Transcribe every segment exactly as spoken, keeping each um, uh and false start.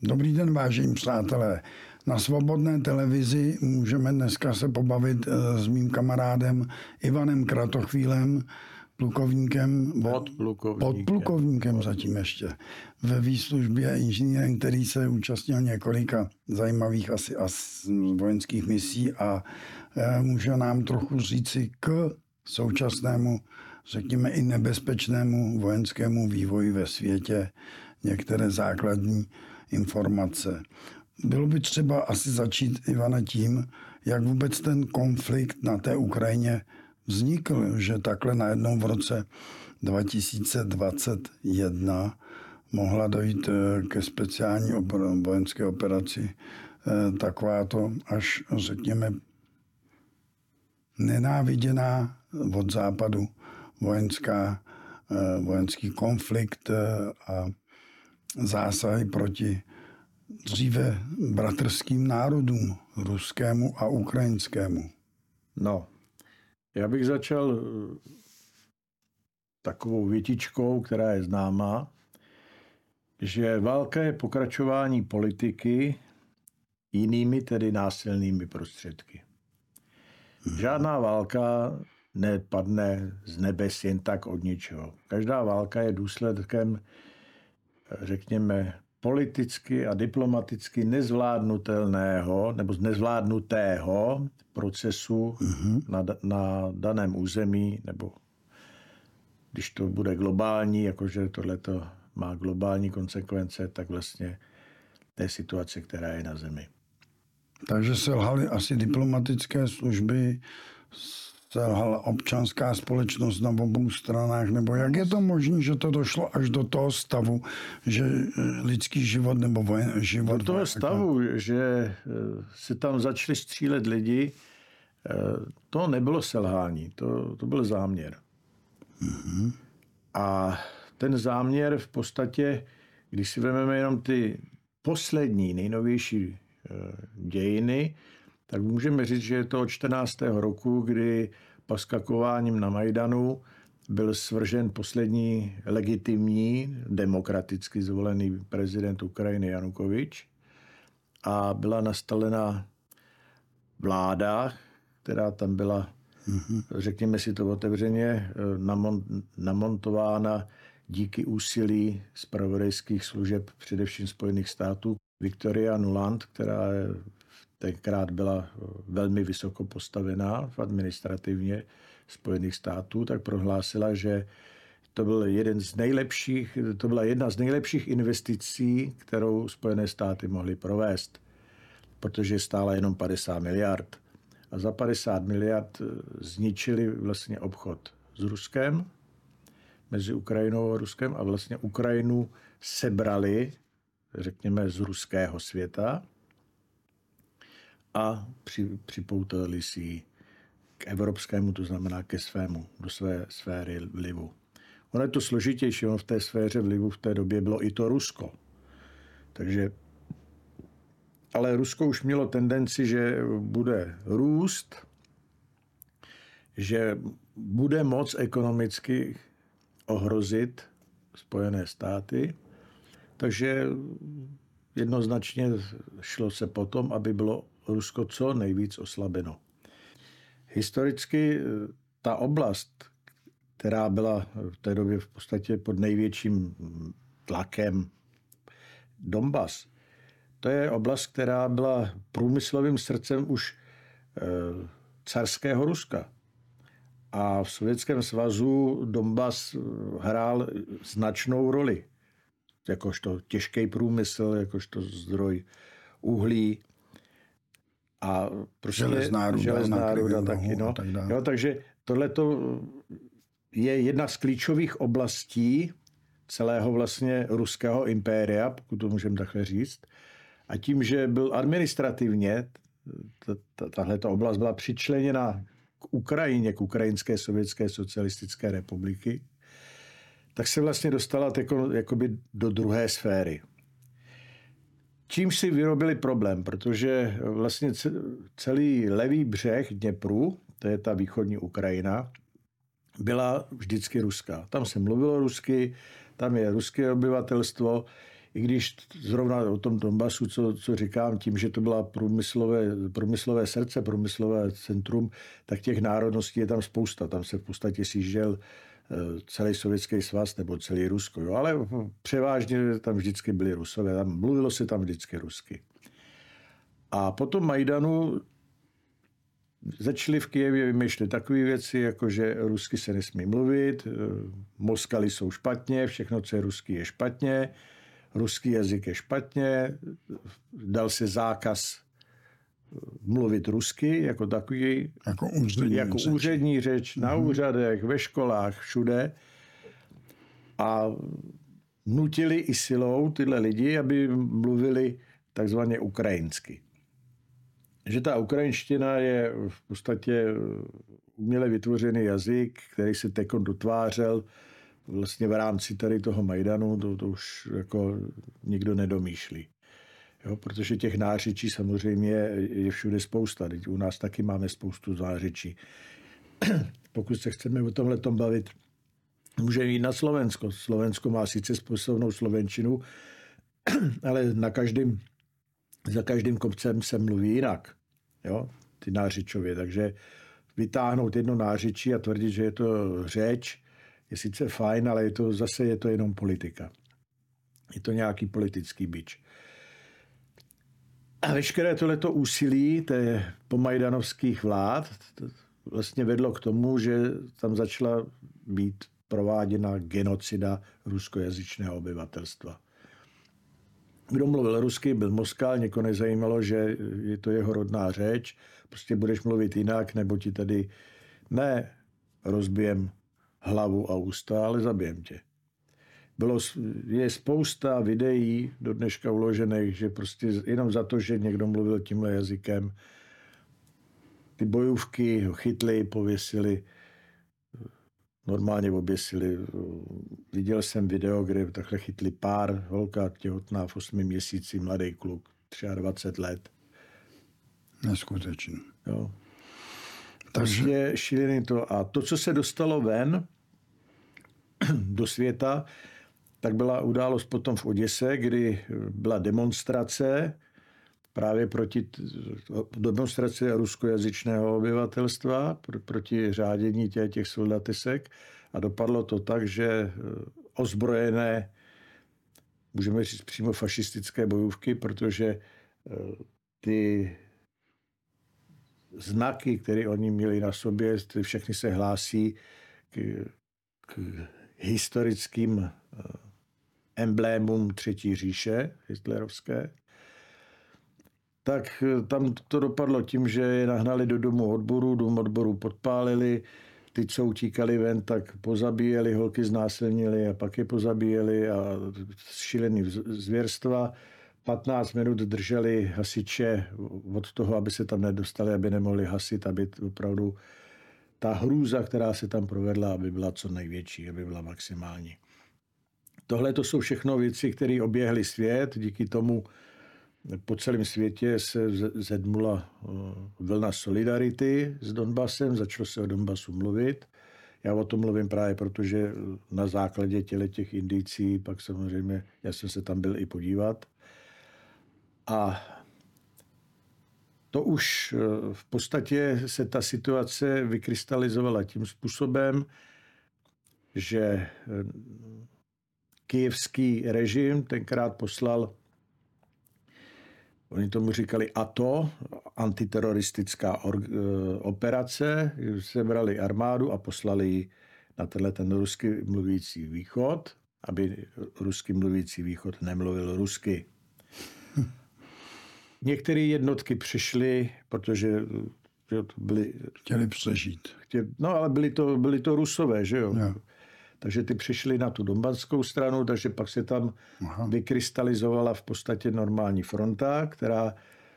Dobrý den, vážení přátelé. Na Svobodné televizi můžeme dneska se pobavit s mým kamarádem Ivanem Kratochvílem, plukovníkem, podplukovníkem, podplukovníkem zatím ještě, ve výslužbě inženýrem, který se účastnil několika zajímavých asi, asi vojenských misí a může nám trochu říci k současnému, řekněme i nebezpečnému vojenskému vývoji ve světě některé základní informace. Bylo by třeba asi začít, Ivane, tím, jak vůbec ten konflikt na té Ukrajině vznikl, že takhle najednou v roce dva tisíce dvacet jedna mohla dojít ke speciální vojenské operaci takováto až, řekněme, nenáviděná od západu vojenská, vojenský konflikt a zásahy proti dříve bratrským národům, ruskému a ukrajinskému. No, já bych začal takovou větičkou, která je známá, že válka je pokračování politiky jinými, tedy násilnými prostředky. Žádná válka nepadne z nebes jen tak od ničeho. Každá válka je důsledkem, řekněme, politicky a diplomaticky nezvládnutelného nebo nezvládnutého procesu mm-hmm. na, na daném území, nebo když to bude globální, jakože tohleto má globální konsekvence, tak vlastně té situace, která je na zemi. Takže selhaly asi diplomatické služby, selhala občanská společnost na obou stranách, nebo jak je to možné, že to došlo až do toho stavu, že lidský život nebo vojen, život... Do toho stavu, že se tam začali střílet lidi, to nebylo selhání, to, to byl záměr. Mm-hmm. A ten záměr v podstatě, když si vezmeme jenom ty poslední, nejnovější dějiny, tak můžeme říct, že je to od čtrnáctého roku, kdy paskakováním na Majdanu byl svržen poslední legitimní, demokraticky zvolený prezident Ukrajiny Janukovič a byla nastavena vláda, která tam byla, mm-hmm. řekněme si to otevřeně, namontována díky úsilí zpravodajských služeb, především Spojených států. Victoria Nuland, která tenkrát byla velmi vysoko postavená v administrativně Spojených států, tak prohlásila, že to byl jeden z nejlepších, to byla jedna z nejlepších investicí, kterou Spojené státy mohly provést, protože stála jenom padesát miliard. A za padesát miliard zničili vlastně obchod s Ruskem, mezi Ukrajinou a Ruskem, a vlastně Ukrajinu sebrali, řekněme, z ruského světa a při, připoutali si ji k evropskému, to znamená ke svému, do své sféry vlivu. Ono je to složitější, ono v té sféře vlivu v té době bylo i to Rusko. Takže, ale Rusko už mělo tendenci, že bude růst, že bude moc ekonomicky ohrozit Spojené státy, takže jednoznačně šlo se potom, aby bylo Rusko co nejvíc oslabeno. Historicky ta oblast, která byla v té době v podstatě pod největším tlakem, Donbas, to je oblast, která byla průmyslovým srdcem už carského Ruska. A v Sovětském svazu Donbas hrál značnou roli. Jakožto těžký průmysl, jakožto zdroj uhlí a prostě železná ruda, železná ruda taky. No. Tak jo, takže tohleto je jedna z klíčových oblastí celého vlastně ruského impéria, pokud to můžeme takhle říct. A tím, že byl administrativně, tahleta oblast byla přičleněna k Ukrajině, k Ukrajinské sovětské socialistické republiky, tak se vlastně dostala jako, jakoby do druhé sféry. Čímž si vyrobili problém, protože vlastně celý levý břeh Dněpru, to je ta východní Ukrajina, byla vždycky ruská. Tam se mluvilo rusky, tam je ruské obyvatelstvo, i když zrovna o tom Donbasu, co, co říkám, tím, že to byla průmyslové, průmyslové srdce, průmyslové centrum, tak těch národností je tam spousta. Tam se v podstatě sjížděl celý Sovětský svaz nebo celý Rusko. Jo? Ale převážně tam vždycky byli Rusové. Tam mluvilo se tam vždycky rusky. A potom Majdanu začali v Kyjevě vymýšlet takové věci, jako že rusky se nesmí mluvit, Moskaly jsou špatně, všechno, co je ruský, je špatně, ruský jazyk je špatně, dal se zákaz mluvit rusky jako takový, jako úřední, jako řeč. úřední řeč na mm-hmm. úřadech, ve školách, všude. A nutili i silou tyhle lidi, aby mluvili takzvaně ukrajinsky. Že ta ukrajinština je v podstatě uměle vytvořený jazyk, který se teď dotvářel vlastně v rámci tady toho Majdanu, to, to už jako nikdo nedomýšlí. Jo, protože těch nářečí samozřejmě je všude spousta. Teď u nás taky máme spoustu nářečí. Pokud se chceme o tomhletom bavit, můžeme jít na Slovensko. Slovensko má sice způsobnou slovenčinu, ale na každém, za každým kopcem se mluví jinak. Jo, ty nářečově. Takže vytáhnout jedno nářečí a tvrdit, že je to řeč, je sice fajn, ale je to, zase je to jenom politika. Je to nějaký politický bič. A veškeré tohleto úsilí té pomajdanovských vlád vlastně vedlo k tomu, že tam začala být prováděna genocida ruskojazyčného obyvatelstva. Kdo mluvil rusky, byl Moskal, někoho nezajímalo, že je to jeho rodná řeč, prostě budeš mluvit jinak, nebo ti tady ne rozbijem hlavu a ústa, ale zabijem tě. Bylo, je spousta videí do dneška uložených, že prostě jenom za to, že někdo mluvil tímhle jazykem, ty bojůvky ho chytli, pověsili, normálně oběsili. Viděl jsem video, kde takhle chytli pár, holka těhotná v osmi měsíci, mladý kluk, dvacet tři let. Neskutečný. Jo. Takže šílený to. A to, co se dostalo ven do světa, tak byla událost potom v Oděse, kdy byla demonstrace právě proti demonstrace ruskojazyčného obyvatelstva, proti řádění těch, těch soldatesek. A dopadlo to tak, že ozbrojené, můžeme říct přímo fašistické bojůvky, protože ty znaky, které oni měli na sobě, všechny se hlásí k, k historickým emblémům Třetí říše hitlerovské, tak tam to dopadlo tím, že je nahnali do domu odboru, dům odboru podpálili, ty, co utíkali ven, tak pozabíjeli, holky znásilnili a pak je pozabíjeli a šílený zvěrstva. patnáct minut drželi hasiče od toho, aby se tam nedostali, aby nemohli hasit, aby opravdu ta hrůza, která se tam provedla, aby byla co největší, aby byla maximální. Tohle to jsou všechno věci, které oběhly svět. Díky tomu po celém světě se zedmula vlna solidarity s Donbasem, začalo se o Donbasu mluvit. Já o tom mluvím právě, protože na základě těch indicí, pak samozřejmě, já jsem se tam byl i podívat. A to už v podstatě se ta situace vykrystalizovala tím způsobem, že kyjevský režim tenkrát poslal, oni tomu říkali A T O, antiteroristická operace, sebrali armádu a poslali ji na tenhle ten rusky mluvící východ, aby rusky mluvící východ nemluvil rusky. Hm. Některé jednotky přišly, protože že to byly... Chtěli přežít. Chtěli, no ale byli to, byli to Rusové, že jo? jo. Takže ty přišli na tu donbatskou stranu, takže pak se tam Aha. vykrystalizovala v podstatě normální fronta, která,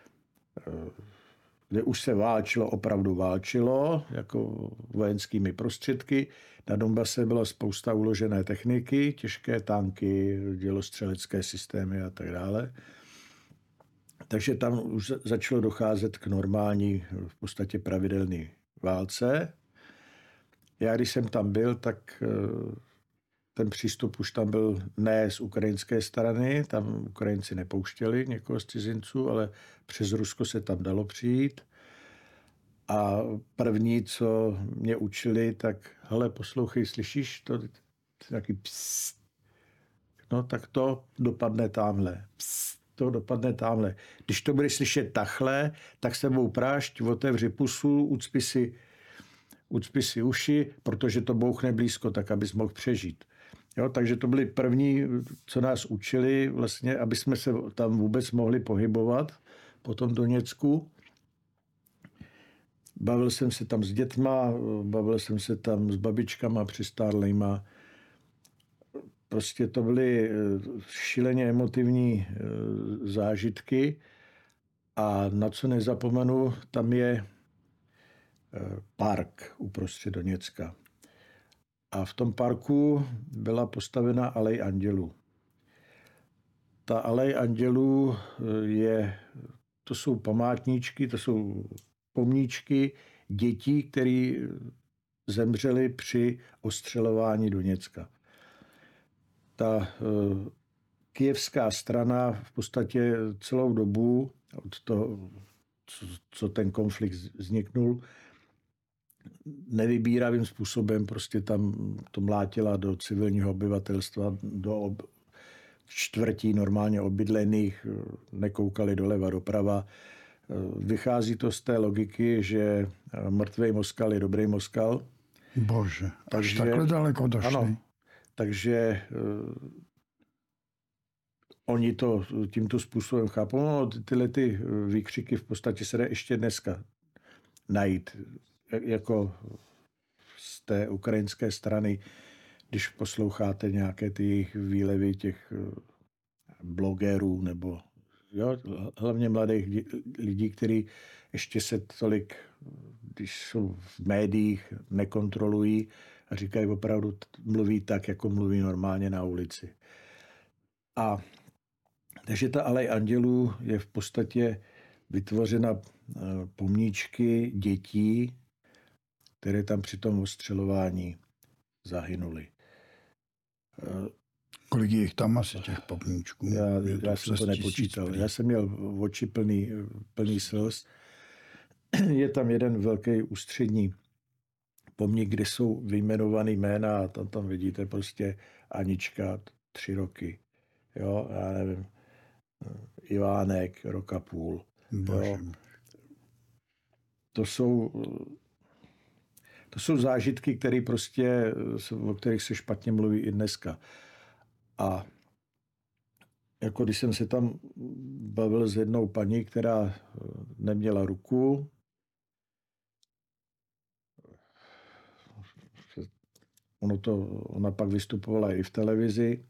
kde už se válčilo, opravdu válčilo, jako vojenskými prostředky. Na Donbase byla spousta uložené techniky, těžké tanky, dělostřelecké systémy a tak dále. Takže tam už začalo docházet k normální, v podstatě pravidelné válce. Já, když jsem tam byl, tak ten přístup už tam byl ne z ukrajinské strany, tam Ukrajinci nepouštěli někoho z cizinců, ale přes Rusko se tam dalo přijít. A první, co mě učili, tak hele, poslouchej, slyšíš to? Taky pst. No tak to dopadne tamhle. Pst, to dopadne tamhle. Když to budeš slyšet takhle, tak sebou prášť, otevři pusu, ucpi si, ucpi si uši, protože to bouchne blízko, tak abys mohl přežít. Jo, takže to byli první, co nás učili, vlastně, aby jsme se tam vůbec mohli pohybovat po tom Doněcku. Bavil jsem se tam s dětma, bavil jsem se tam s babičkama přistárlejma. Prostě to byly šíleně emotivní zážitky a na co nezapomenu, tam je park uprostřed Doněcka. A v tom parku byla postavena alej andělů. Ta alej andělů je, to jsou památníčky, to jsou pomníčky dětí, které zemřely při ostřelování Doněcka. Ta uh, kyjevská strana v podstatě celou dobu od toho, co, co ten konflikt vzniknul, nevybíravým způsobem prostě tam to mlátila do civilního obyvatelstva, do ob, čtvrtí normálně obydlených, nekoukali doleva doprava. Vychází to z té logiky, že mrtvej moskal je dobrý moskal. Bože, až takže, takhle daleko došli. Ano, takže uh, oni to tímto způsobem chápou. No, tyhle ty výkřiky v podstatě se dá ještě dneska najít. Jako z té ukrajinské strany, když posloucháte nějaké ty jejich výlevy těch blogerů nebo jo, hlavně mladých lidí, kteří ještě se tolik, když jsou v médiích, nekontrolují a říkají opravdu, mluví tak, jako mluví normálně na ulici. A takže ta alej andělů je v podstatě vytvořena pomníčky dětí, které tam při tom ostřelování zahynuly. Kolik je jich tam asi těch pomníčků? Já, já jsem to nepočítal. Já jsem měl oči plný, plný slz. Je tam jeden velký ústřední pomník, kde jsou vyjmenovaný jména a tam, tam vidíte prostě Anička, tři roky. Jo, já nevím, Ivánek, rok a půl. Jo. To jsou, to jsou zážitky, které prostě, o kterých se špatně mluví i dneska. A jako když jsem se tam bavil s jednou paní, která neměla ruku, ono to, ona pak vystupovala i v televizi.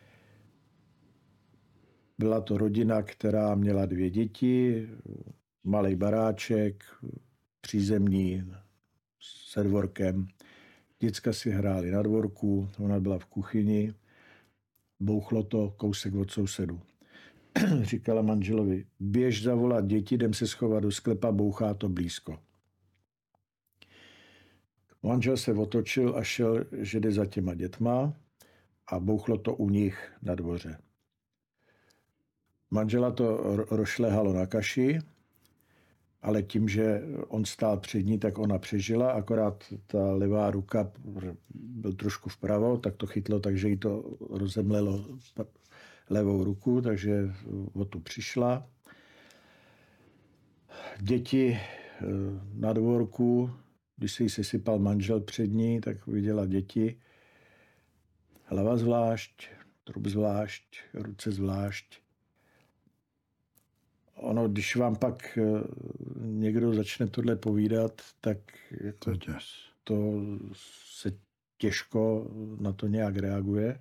Byla to rodina, která měla dvě děti, malý baráček, přízemní se dvorkem. Děcka si hráli na dvorku, ona byla v kuchyni. Bouchlo to kousek od sousedu. Říkala manželovi, běž zavolat děti, jdem se schovat do sklepa, bouchá to blízko. Manžel se otočil a šel, že jde za těma dětma a bouchlo to u nich na dvoře. Manžela to rošlehalo na kaši, ale tím, že on stál před ní, tak ona přežila, akorát ta levá ruka byl trošku vpravo, tak to chytlo, takže jí to rozemlelo levou ruku, takže o tu přišla. Děti na dvorku, když se jí sesypal manžel před ní, tak viděla děti. Hlava zvlášť, trup zvlášť, ruce zvlášť. Ono, když vám pak někdo začne tohle povídat, tak jako to se těžko na to nějak reaguje.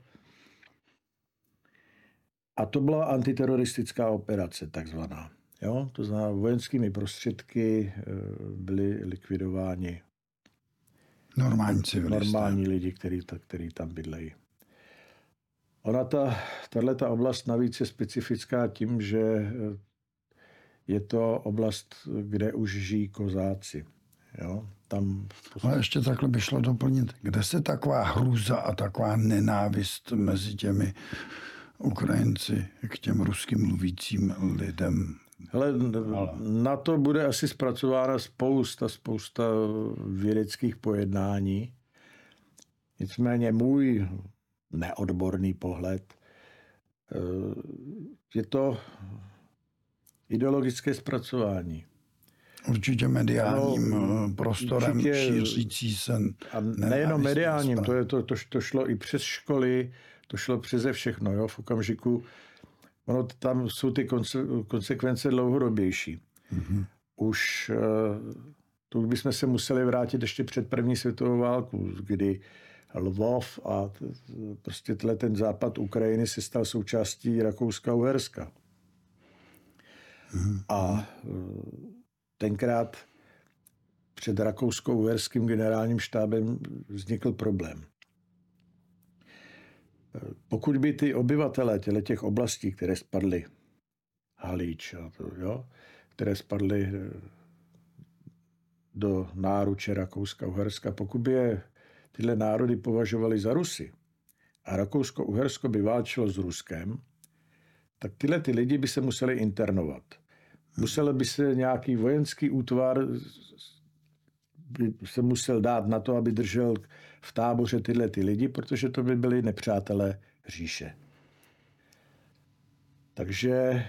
A to byla antiteroristická operace, takzvaná. Jo? To znamená, vojenskými prostředky byli likvidováni normální civilisté. Normální lidi, který, který tam bydlejí. Ona ta, tato oblast navíc je specifická tím, že je to oblast, kde už žijí kozáci. Jo? Tam... Ale ještě takhle by šlo doplnit, kde se taková hrůza a taková nenávist mezi těmi Ukrajinci k těm ruským mluvícím lidem? Hele, na to bude asi zpracována spousta, spousta vědeckých pojednání. Nicméně můj neodborný pohled je to ideologické zpracování. Určitě mediálním no, prostorem určitě, šířící se. A nejenom mediálním, to, je to, to, to šlo i přes školy, to šlo přeze všechno. Jo, v okamžiku, ono, tam jsou ty konse, konsekvence dlouhodobější. Mm-hmm. Už tu bychom se museli vrátit ještě před první světovou válku, kdy Lvov a prostě ten západ Ukrajiny se stal součástí Rakouska-Uherska. Mm-hmm. A tenkrát před rakousko-uherským generálním štábem vznikl problém. Pokud by ty obyvatelé těch oblastí, které spadly, Halíč, a to, jo, které spadly do náruče Rakouska-Uherska, pokud by je tyhle národy považovali za Rusy a Rakousko-Uhersko by válčilo s Ruskem, tak tyhle ty lidi by se museli internovat. Musel by se nějaký vojenský útvar by se musel dát na to, aby držel v táboře tyhle ty lidi, protože to by byli nepřátelé říše. Takže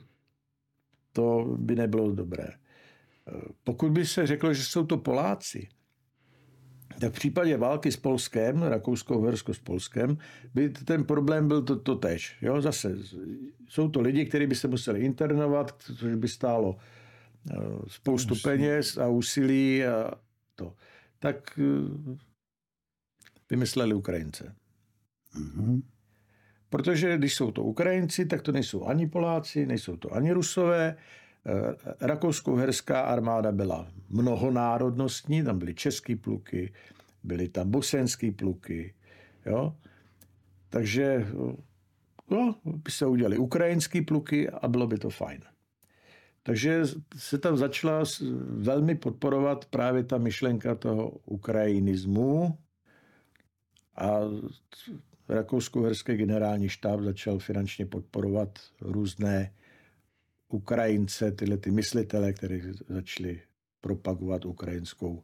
to by nebylo dobré. Pokud by se řeklo, že jsou to Poláci, tak v případě války s Polskem, Rakousko-Uhersko s Polskem, by ten problém byl to, to tež. Jo? Zase jsou to lidi, kteří by se museli internovat, což by stálo spoustu Úsilí. peněz a úsilí a to. Tak vymysleli Ukrajince. Mm-hmm. Protože když jsou to Ukrajinci, tak to nejsou ani Poláci, nejsou to ani Rusové. Rakousko-uherská armáda byla mnohonárodnostní, tam byly české pluky, byly tam bosenské pluky, jo. Takže no, by se udělali ukrajinské pluky a bylo by to fajn. Takže se tam začala velmi podporovat právě ta myšlenka toho ukrajinismu a rakousko-uherský generální štáb začal finančně podporovat různé Ukrajince, tyhle ty myslitele, kteří začali propagovat ukrajinskou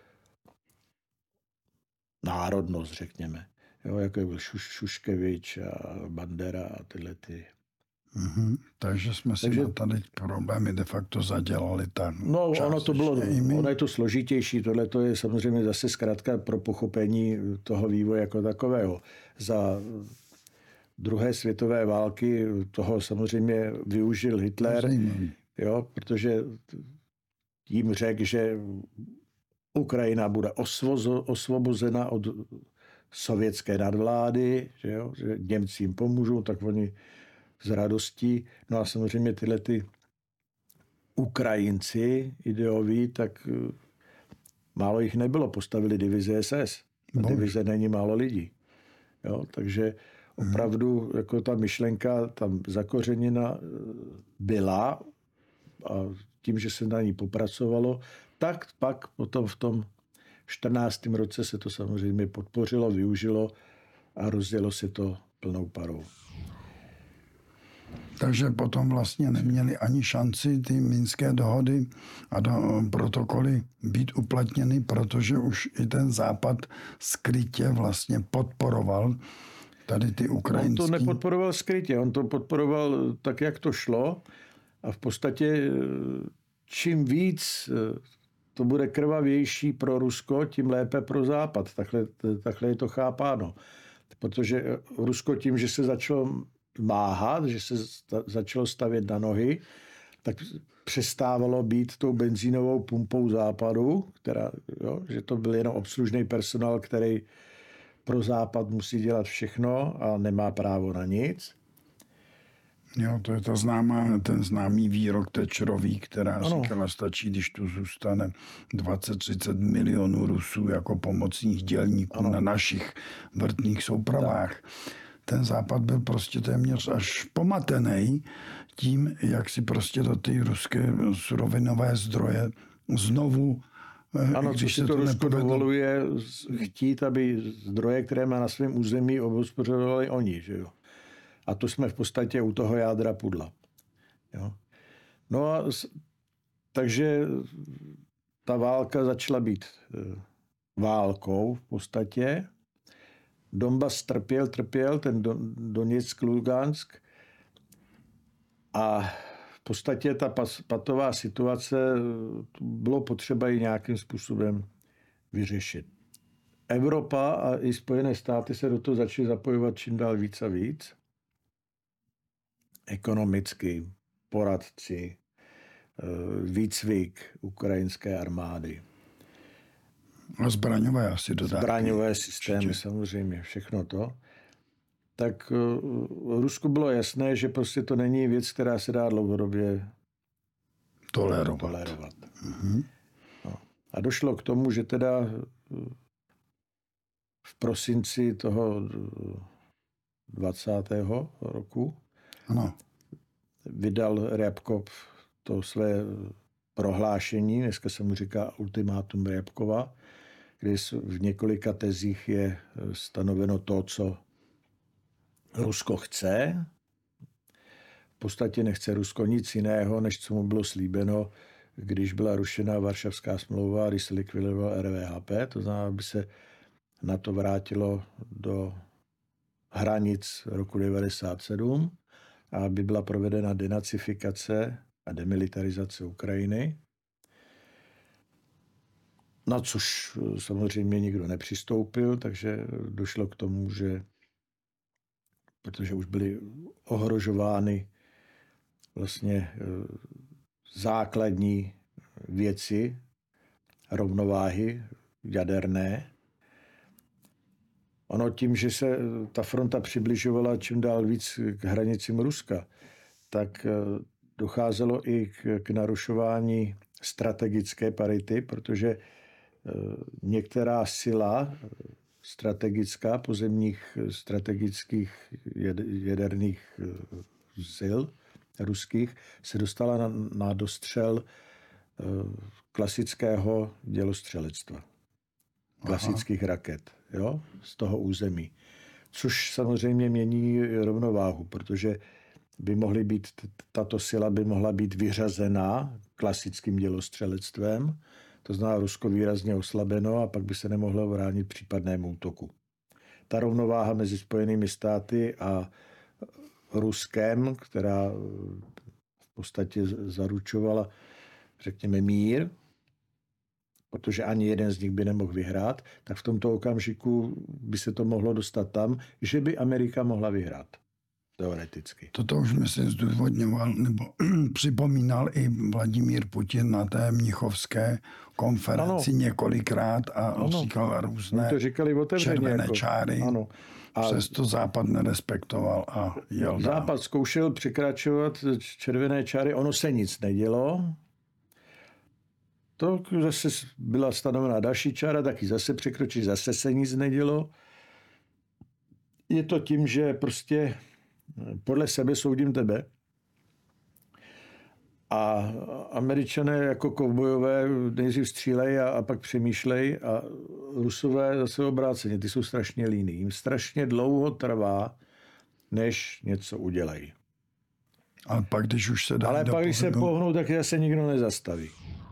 národnost, řekněme. Jo, jako byl Šuš, Šuškevič a Bandera a tyhle ty. Mm-hmm. Takže jsme si Takže, na tady problémy de facto zadělali. Tak no, ono to bylo, ono je to složitější, tohle to je samozřejmě zase zkrátka pro pochopení toho vývoje jako takového. Za druhé světové války toho samozřejmě využil Hitler, jo, protože tím řekl, že Ukrajina bude osvozo, osvobozena od sovětské nadvlády, že, jo, že Němci jim pomůžou, tak oni s radostí. No a samozřejmě tyhle ty Ukrajinci ideoví, tak málo jich nebylo, postavili divizi S S. Na divize není málo lidí. Jo, takže opravdu jako ta myšlenka tam zakořeněna byla a tím, že se na ní popracovalo, tak pak potom v tom čtrnáctém roce se to samozřejmě podpořilo, využilo a rozdělo se to plnou parou. Takže potom vlastně neměli ani šanci ty minské dohody a do, protokoly být uplatněny, protože už i ten Západ skrytě vlastně podporoval tady ty ukrajinský. On to nepodporoval skrytě, on to podporoval tak, jak to šlo a v podstatě čím víc to bude krvavější pro Rusko, tím lépe pro Západ. Takhle, takhle je to chápáno. Protože Rusko tím, že se začalo máhat, že se začalo stavět na nohy, tak přestávalo být tou benzínovou pumpou Západu, která, jo, že to byl jenom obslužný personál, který pro Západ musí dělat všechno a nemá právo na nic. Jo, to je ta známá, ten známý výrok Thatcherový, která ano. říkala, stačí, když tu zůstane dvacet třicet milionů Rusů jako pomocných dělníků ano. na našich vrtných soupravách. Tak. Ten Západ byl prostě téměř až pomatený tím, jak si prostě do ty ruské surovinové zdroje znovu Ano, co si to, to Rusko dovoluje chtít, aby zdroje, které má na svém území, obhospodařovali oni. Že jo? A to jsme v podstatě u toho jádra pudla. Jo? No a takže ta válka začala být válkou v podstatě. Donbas trpěl, trpěl, ten Doněck, Lugansk. A v podstatě ta patová situace bylo potřeba ji nějakým způsobem vyřešit. Evropa a i Spojené státy se do toho začaly zapojovat čím dál víc a víc. Ekonomicky, poradci, výcvik ukrajinské armády. A zbraňové asi dodávky. Zbraňové systémy, určitě. Samozřejmě, všechno to. Tak Rusku bylo jasné, že prostě to není věc, která se dá dlouhodobě tolerovat. tolerovat. Mm-hmm. No. A došlo k tomu, že teda v prosinci toho dvacátého roku ano. vydal Rябkov to své prohlášení, dneska se mu říká ultimátum Rябkova, kde v několika tezích je stanoveno to, co Rusko chce. V podstatě nechce Rusko nic jiného, než co mu bylo slíbeno, když byla rušena Varšavská smlouva, když se likvidoval R V H P, to znamená, aby se na to vrátilo do hranic roku devadesát sedm a aby byla provedena denacifikace a demilitarizace Ukrajiny. Na což samozřejmě nikdo nepřistoupil, takže došlo k tomu, že protože už byly ohrožovány vlastně základní věci, rovnováhy jaderné. Ono tím, že se ta fronta přibližovala čím dál víc k hranicím Ruska, tak docházelo i k, k narušování strategické parity, protože některá sila strategická, pozemních strategických jaderných sil ruských se dostala na, na dostřel klasického dělostřelectva. Klasických Aha. raket, jo, z toho území. Což samozřejmě mění rovnováhu, protože by mohly být, tato sila by mohla být vyřazená klasickým dělostřelectvem, to znamená Rusko výrazně oslabeno a pak by se nemohlo bránit případnému útoku. Ta rovnováha mezi Spojenými státy a Ruskem, která v podstatě zaručovala, řekněme, mír, protože ani jeden z nich by nemohl vyhrát, tak v tomto okamžiku by se to mohlo dostat tam, že by Amerika mohla vyhrát. Teoreticky. Toto už myslím zdůvodňoval, nebo připomínal i Vladimír Putin na té mnichovské konferenci ano. několikrát a ano. říkal různé to říkali červené jako. čáry. Ano. A přesto Západ nerespektoval a jel dál. Západ zkoušel překračovat červené čáry, ono se nic nedělo. To zase byla stanovená další čára, taky zase překročí, zase se nic nedělo. Je to tím, že prostě podle sebe soudím tebe. A Američané jako kovbojové nejdřív střílej a, a pak přemýšlej a Rusové zase obráceně, ty jsou strašně líní. Jim strašně dlouho trvá, než něco udělají. Ale pak, když už se dá Ale pak, když se pohnou, tak se nikdo nezastaví.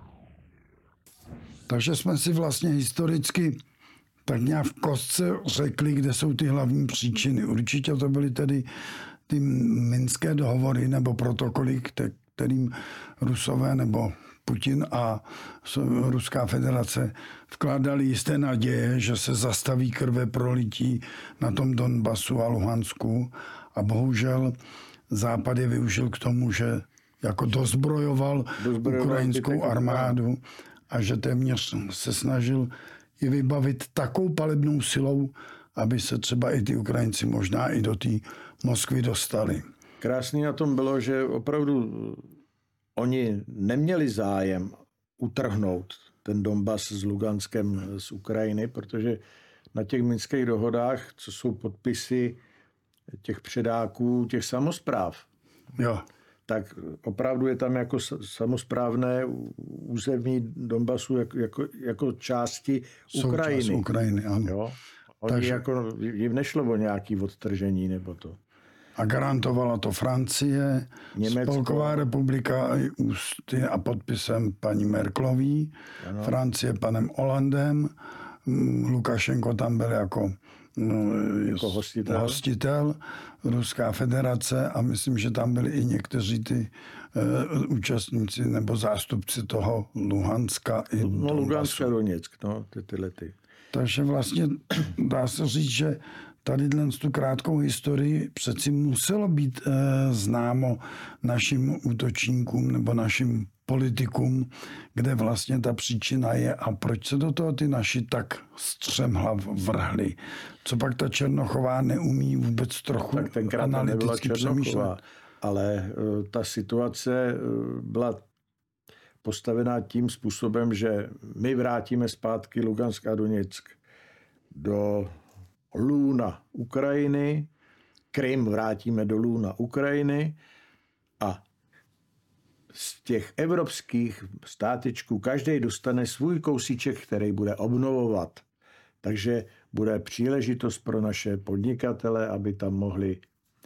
Takže jsme si vlastně historicky tak nějak v kostce řekli, kde jsou ty hlavní příčiny. Určitě to byly tedy ty minské dohovory nebo protokoly, kterým Rusové nebo Putin a Ruská federace vkládali jisté naděje, že se zastaví krve prolití na tom Donbasu a Luhansku. A bohužel Západ je využil k tomu, že jako dozbrojoval, dozbrojoval ukrajinskou armádu a že téměř se snažil i vybavit takovou palebnou silou, aby se třeba i ty Ukrajinci možná i do té Moskvy dostali. Krásný na tom bylo, že opravdu oni neměli zájem utrhnout ten Donbas s Luganskem z Ukrajiny, protože na těch minských dohodách, co jsou podpisy těch předáků, těch samospráv, jo. tak opravdu je tam jako samosprávné území Donbasu jako, jako, jako části Ukrajiny. Součást Ukrajiny, ano. Jo? Oni Takže... jako, jim nešlo o nějaké odtržení nebo to. A garantovala to Francie, Německo. Spolková republika i ústy a podpisem paní Merkelový, ano. Francie panem Hollandem, Lukašenko tam byl jako, jako hostitel. hostitel, Ruská federace a myslím, že tam byli i někteří ty uh, účastníci nebo zástupci toho Luhanska. I no Lugansk a Doněck, no, ty, tyhle ty. Takže vlastně dá se říct, že tady dnes tu krátkou historii přeci muselo být e, známo našim útočníkům nebo našim politikům, kde vlastně ta příčina je a proč se do toho ty naši tak střemhlav vrhli. Co pak ta Černochová neumí vůbec trochu tak tenkrát analyticky přemýšlet. Ale e, ta situace e, byla postavená tím způsobem, že my vrátíme zpátky Lugansk a Doněck do lůna Ukrajiny, Krym vrátíme do lůna Ukrajiny a z těch evropských státečků každý dostane svůj kousíček, který bude obnovovat. Takže bude příležitost pro naše podnikatele, aby tam mohli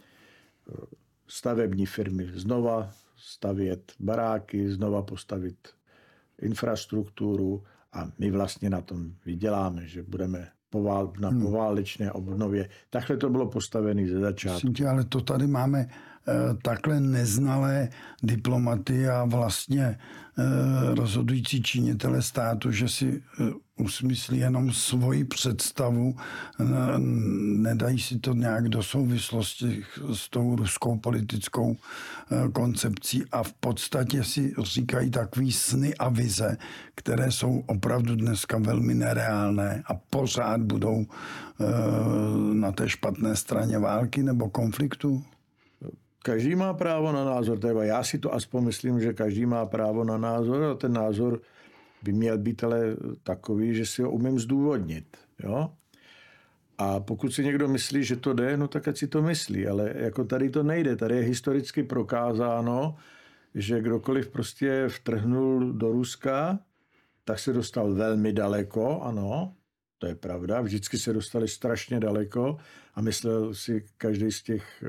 stavební firmy znova stavět baráky, znova postavit infrastrukturu a my vlastně na tom vyděláme, že budeme povál, na hmm. poválečné obnově. Takhle to bylo postavené ze začátku. Tě, ale to tady máme e, takhle neznalé diplomaty a vlastně e, rozhodující činitele státu, že si e, usmyslí jenom svoji představu, e, nedají si to nějak do souvislosti s tou ruskou politickou e, koncepcí a v podstatě si říkají takový sny a vize, které jsou opravdu dneska velmi nereálné a pořád budou e, na té špatné straně války nebo konfliktu? Každý má právo na názor. Teda já si to aspoň myslím, že každý má právo na názor a ten názor by měl být ale takový, že si ho umím zdůvodnit. Jo? A pokud si někdo myslí, že to jde, no tak ať si to myslí. Ale jako tady to nejde. Tady je historicky prokázáno, že kdokoliv prostě vtrhnul do Ruska, tak se dostal velmi daleko, ano, to je pravda. Vždycky se dostali strašně daleko a myslel si každý z těch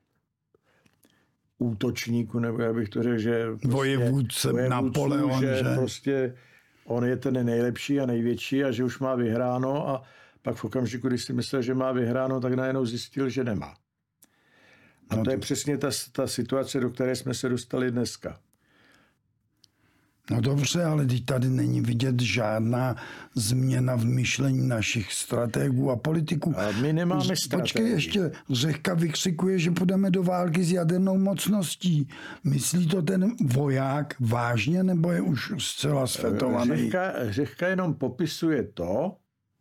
útočníků, nebo já bych to řekl, že prostě vojevůdce Napoleon, že, že prostě on je ten nejlepší a největší a že už má vyhráno a pak v okamžiku, když si myslel, že má vyhráno, tak najednou zjistil, že nemá. A no to, to je přesně ta, ta situace, do které jsme se dostali dneska. No dobře, ale teď tady není vidět žádná změna v myšlení našich strategů a politiků. A my nemáme strategii. Počkej ještě, Řehka vykřikuje, že půjdeme do války s jadernou mocností. Myslí to ten voják vážně, nebo je už zcela svetovaný? Řehka, Řehka jenom popisuje to,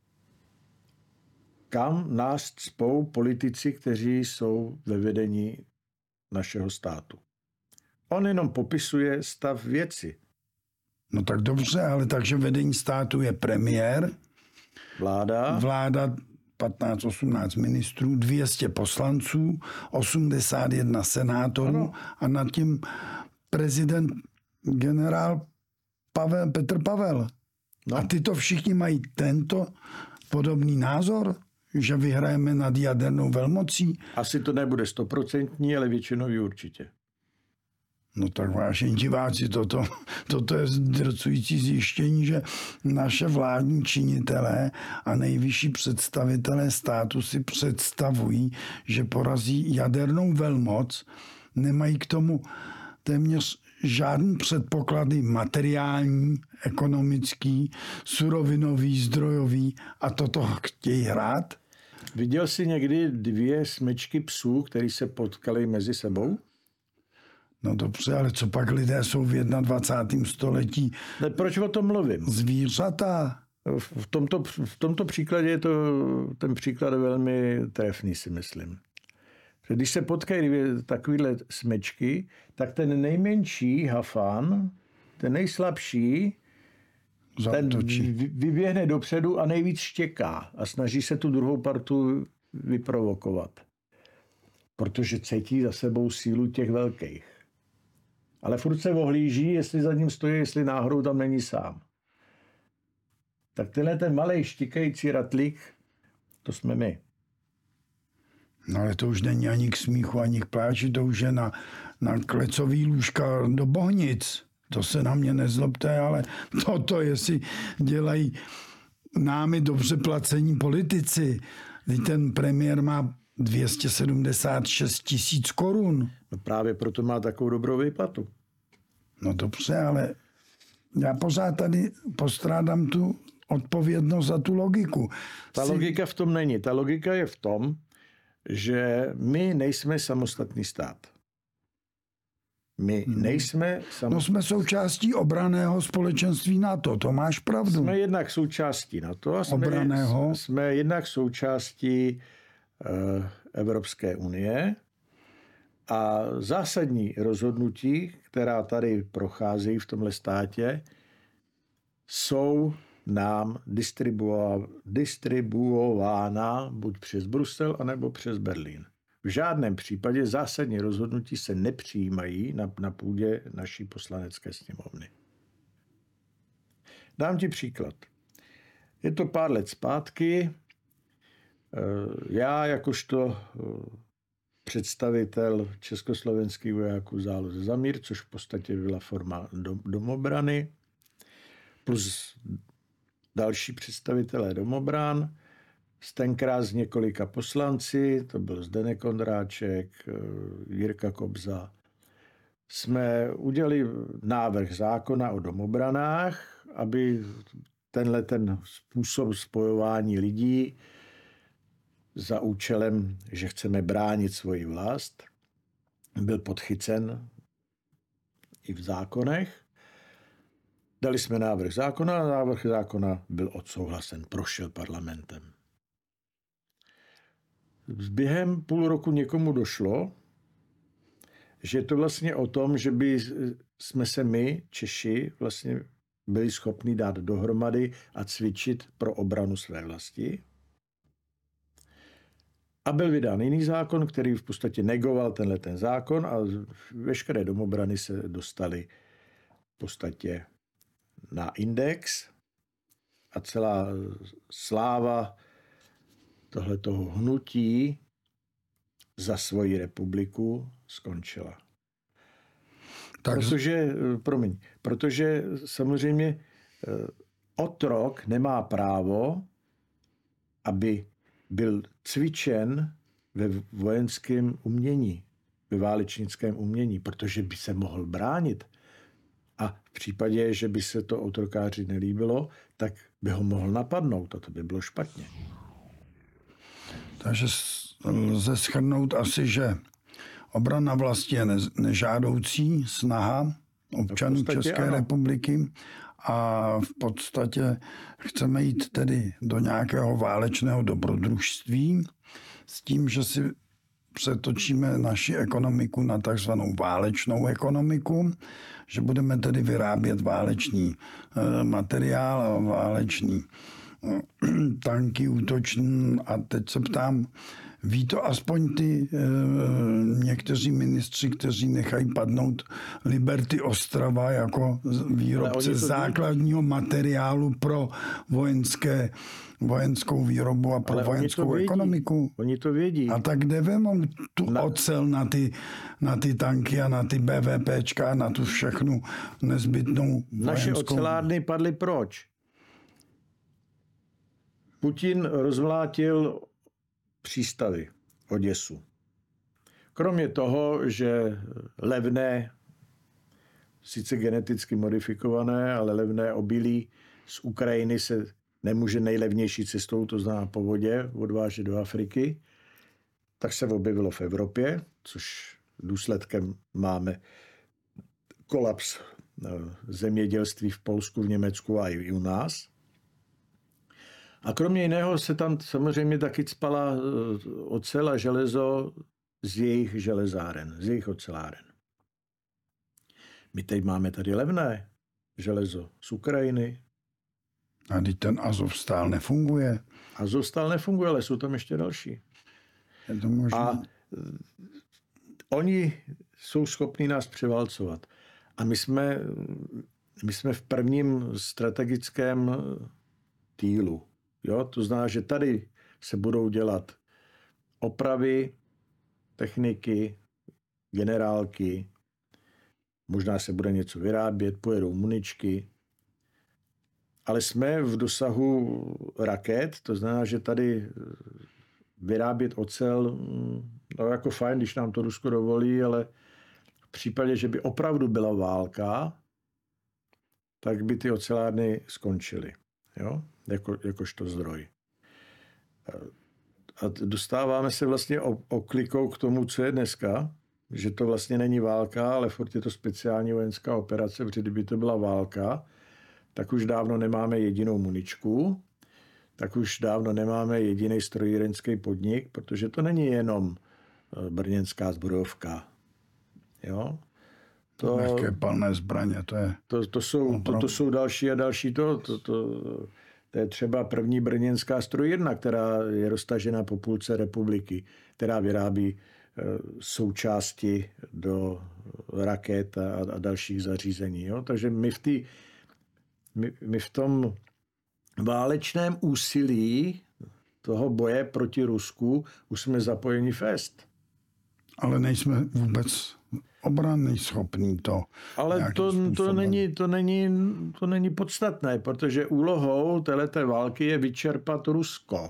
kam nás cpou politici, kteří jsou ve vedení našeho státu. On jenom popisuje stav věci. No tak dobře, ale takže vedení státu je premiér, vláda, vláda patnáct osmnáct ministrů, dvě stě poslanců, osmdesát jedna senátorů ano. A nad tím prezident generál Pavel, Petr Pavel. No. A tyto všichni mají tento podobný názor, že vyhrajeme nad jadernou velmocí? Asi to nebude stoprocentní, ale většinový určitě. No tak vážení diváci, toto, toto je zdrcující zjištění, že naše vládní činitelé a nejvyšší představitelé státu si představují, že porazí jadernou velmoc, nemají k tomu téměř žádný předpoklady materiální, ekonomický, surovinový, zdrojový a toto chtějí hrát? Viděl jsi někdy dvě smečky psů, které se potkali mezi sebou? No dobře, ale co pak lidé jsou v dvacátém prvním století? Ne, proč o tom mluvím? Zvířata. V tomto, v tomto příkladě je to ten příklad velmi trefný, si myslím. Když se potkají dvě takovéhle smečky, tak ten nejmenší hafan, ten nejslabší, Zautočí. ten vyběhne dopředu a nejvíc štěká a snaží se tu druhou partu vyprovokovat. Protože cítí za sebou sílu těch velkých. Ale furt se ohlíží, jestli za ním stojí, jestli náhodou tam není sám. Tak tenhle ten malej štikající ratlík, to jsme my. No ale to už není ani k smíchu, ani k pláči, to už je na, na klecový lůžka do Bohnic. To se na mě nezlobte, ale toto, jestli dělají námi dobře placení politici. Ten premiér má dvě stě sedmdesát šest tisíc korun. No právě proto má takovou dobrou výplatu. No dobře, ale já pořád tady postrádám tu odpovědnost za tu logiku. Ta Si... logika v tom není. Ta logika je v tom, že my nejsme samostatný stát. My nejsme samostatný. No jsme součástí obranného společenství NATO, to máš pravdu. Jsme jednak součástí NATO a jsme, Obraného. jsme jednak součástí uh, Evropské unie a zásadní rozhodnutí, která tady procházejí v tomhle státě, jsou nám distribuo- distribuována buď přes Brusel, anebo přes Berlín. V žádném případě zásadní rozhodnutí se nepřijímají na, na půdě naší poslanecké sněmovny. Dám ti příklad. Je to pár let zpátky. Já jakožto představitel československých vojáků v záloze za mír, což v podstatě byla forma domobrany, plus další představitelé domobran, tenkrát z několika poslanci, to byl Zdeněk Ondráček, Jirka Kobza, jsme udělali návrh zákona o domobranách, aby tenhle ten způsob spojování lidí za účelem, že chceme bránit svoji vlast, byl podchycen i v zákonech. Dali jsme návrh zákona a návrh zákona byl odsouhlasen, prošel parlamentem. Během půl roku někomu došlo, že je to vlastně o tom, že by jsme se my, Češi, vlastně byli schopni dát dohromady a cvičit pro obranu své vlasti. A byl vydán jiný zákon, který v podstatě negoval tenhle ten zákon a veškeré domobrany se dostaly v podstatě na index a celá sláva tohletoho hnutí za svoji republiku skončila. Tak... Protože, promiň, protože samozřejmě otrok nemá právo, aby byl cvičen ve vojenském umění, ve válečnickém umění, protože by se mohl bránit. A v případě, že by se to otrokáři nelíbilo, tak by ho mohl napadnout a to by bylo špatně. Takže lze shrnout asi, že obrana vlasti je nežádoucí snaha občanů České ano. republiky a v podstatě chceme jít tedy do nějakého válečného dobrodružství s tím, že si přetočíme naši ekonomiku na takzvanou válečnou ekonomiku, že budeme tedy vyrábět válečný materiál a válečný tanky útoční. A teď se ptám, ví to aspoň ty e, někteří ministři, kteří nechají padnout Liberty Ostrava jako výrobce základního ví. materiálu pro vojenské, vojenskou výrobu a pro Ale vojenskou oni ekonomiku. Oni to vědí. A tak kde vemou tu na... ocel na ty, na ty tanky a na ty BVPčka, na tu všechnu nezbytnou vojenskou... Naše ocelárny padly proč? Putin rozvlátil přístavy Oděsu. Kromě toho, že levné, sice geneticky modifikované, ale levné obilí z Ukrajiny se nemůže nejlevnější cestou, to znamená po vodě, odvážet do Afriky, tak se objevilo v Evropě, což důsledkem máme kolaps zemědělství v Polsku, v Německu a i u nás. A kromě jiného se tam samozřejmě taky cpala ocel a železo z jejich železáren, z jejich oceláren. My teď máme tady levné železo z Ukrajiny. A teď ten Azovstal nefunguje. Azovstal nefunguje, ale jsou tam ještě další. Je to možné. A oni jsou schopni nás převálcovat. A my jsme, my jsme v prvním strategickém týlu. Jo? To znamená, že tady se budou dělat opravy, techniky, generálky, možná se bude něco vyrábět, pojedou muničky, ale jsme v dosahu raket, to znamená, že tady vyrábět ocel, no jako fajn, když nám to Rusko dovolí, ale v případě, že by opravdu byla válka, tak by ty ocelárny skončily, jo? Jako, jakožto zdroj. A dostáváme se vlastně oklikou k tomu, co je dneska, že to vlastně není válka, ale furt je to speciální vojenská operace, protože kdyby to byla válka, tak už dávno nemáme jedinou muničku, tak už dávno nemáme jediný strojírenský podnik, protože to není jenom brněnská zbrojovka. Jo? To, lehké palné zbraně, to je... To, to, jsou, to, to jsou další a další to, to, to, to je třeba první brněnská strojírna, která je roztažena po půlce republiky, která vyrábí součásti do raket a, a dalších zařízení. Jo? Takže my v, tý, my, my v tom válečném úsilí toho boje proti Rusku už jsme zapojeni fest. Ale nejsme vůbec obranný schopný to. Ale to, to, není, to, není, to není podstatné, protože úlohou téhleté války je vyčerpat Rusko.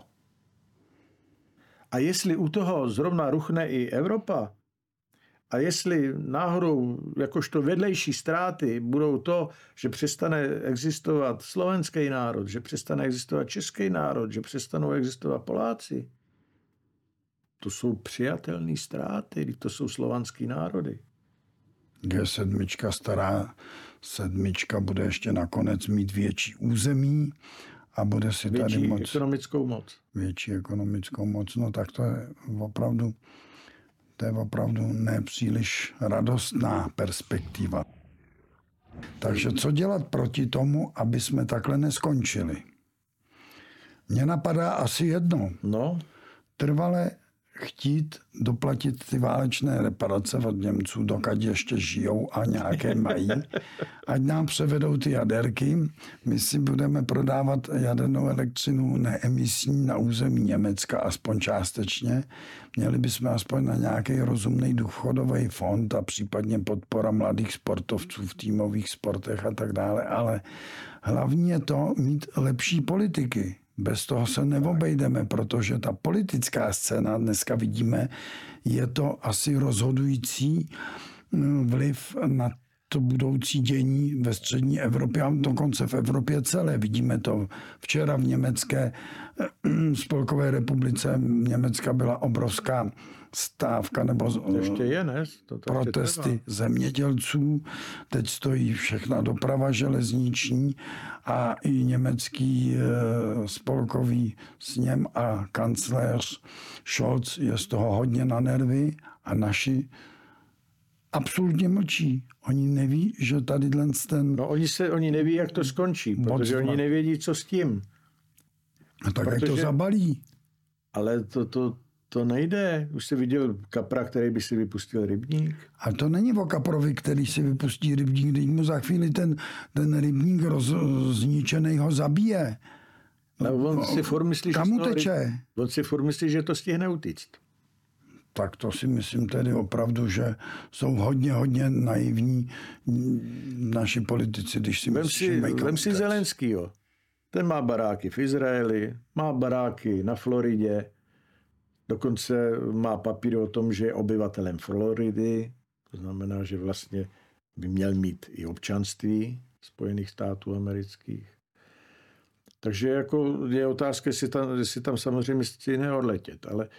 A jestli u toho zrovna ruchne i Evropa, a jestli náhodou jakožto vedlejší ztráty budou to, že přestane existovat slovenský národ, že přestane existovat český národ, že přestanou existovat Poláci, to jsou přijatelné ztráty, to jsou slovanský národy. G sedm, stará sedmička, bude ještě nakonec mít větší území a bude si větší tady moc... ekonomickou moc. Větší ekonomickou moc. No tak to je opravdu, to je opravdu nepříliš radostná perspektiva. Takže co dělat proti tomu, aby jsme takhle neskončili? Mně napadá asi jedno. No. Trvale chtít doplatit ty válečné reparace od Němců, dokud ještě žijou a nějaké mají, ať nám převedou ty jaderky. My si budeme prodávat jadernou elektřinu neemisní na území Německa, aspoň částečně. Měli bychom aspoň na nějaký rozumný důchodový fond a případně podpora mladých sportovců v týmových sportech a tak dále. Ale hlavně je to mít lepší politiky. Bez toho se neobejdeme, protože ta politická scéna, dneska vidíme, je to asi rozhodující vliv na to budoucí dění ve střední Evropě a dokonce v Evropě celé. Vidíme to včera v německé spolkové republice. Německa byla obrovská stávka nebo ještě je, ne? To protesty zemědělců. Teď stojí všechna doprava železniční a i německý spolkový sněm a kancléř Scholz je z toho hodně na nervy a naši absolutně mlčí. Oni neví, že tady ten... No oni, se, oni neví, jak to skončí, protože Moc oni nevědí, co s tím. A tak protože... ať to zabalí. Ale to, to, to nejde. Už jsi viděl kapra, který by si vypustil rybník? A to není o kaprovi, který si vypustí rybník, když mu za chvíli ten, ten rybník roz, zničený ho zabije. No, on si furt myslí, Kam mu že teče? Ryb... On si furt myslí, že to stihne utíct. Tak to si myslím tedy opravdu, že jsou hodně, hodně naivní naši politici, když si vem myslí, si, že mají vem si Zelenskýho. Ten má baráky v Izraeli, má baráky na Floridě, dokonce má papír o tom, že je obyvatelem Floridy, to znamená, že vlastně by měl mít i občanství Spojených států amerických. Takže jako je otázka, jestli tam, jestli tam samozřejmě stihne odletět, ale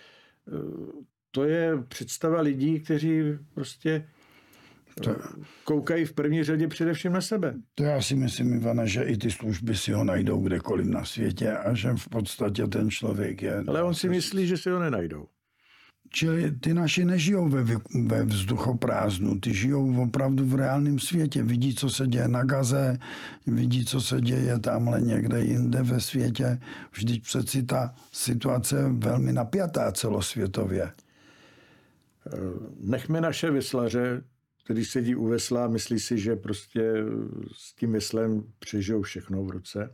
to je představa lidí, kteří prostě to, koukají v první řadě především na sebe. To já si myslím, Ivane, že i ty služby si ho najdou kdekoliv na světě a že v podstatě ten člověk je... Ale on si myslí, že si ho nenajdou. Čili ty naši nežijou ve, ve vzduchoprázdnu, ty žijou opravdu v reálném světě. Vidí, co se děje na Gaze, vidí, co se děje tamhle někde jinde ve světě. Vždyť přeci ta situace je velmi napjatá celosvětově. Nechme naše vyslaře, který sedí u vesla a myslí si, že prostě s tím veslem přežijou všechno v ruce.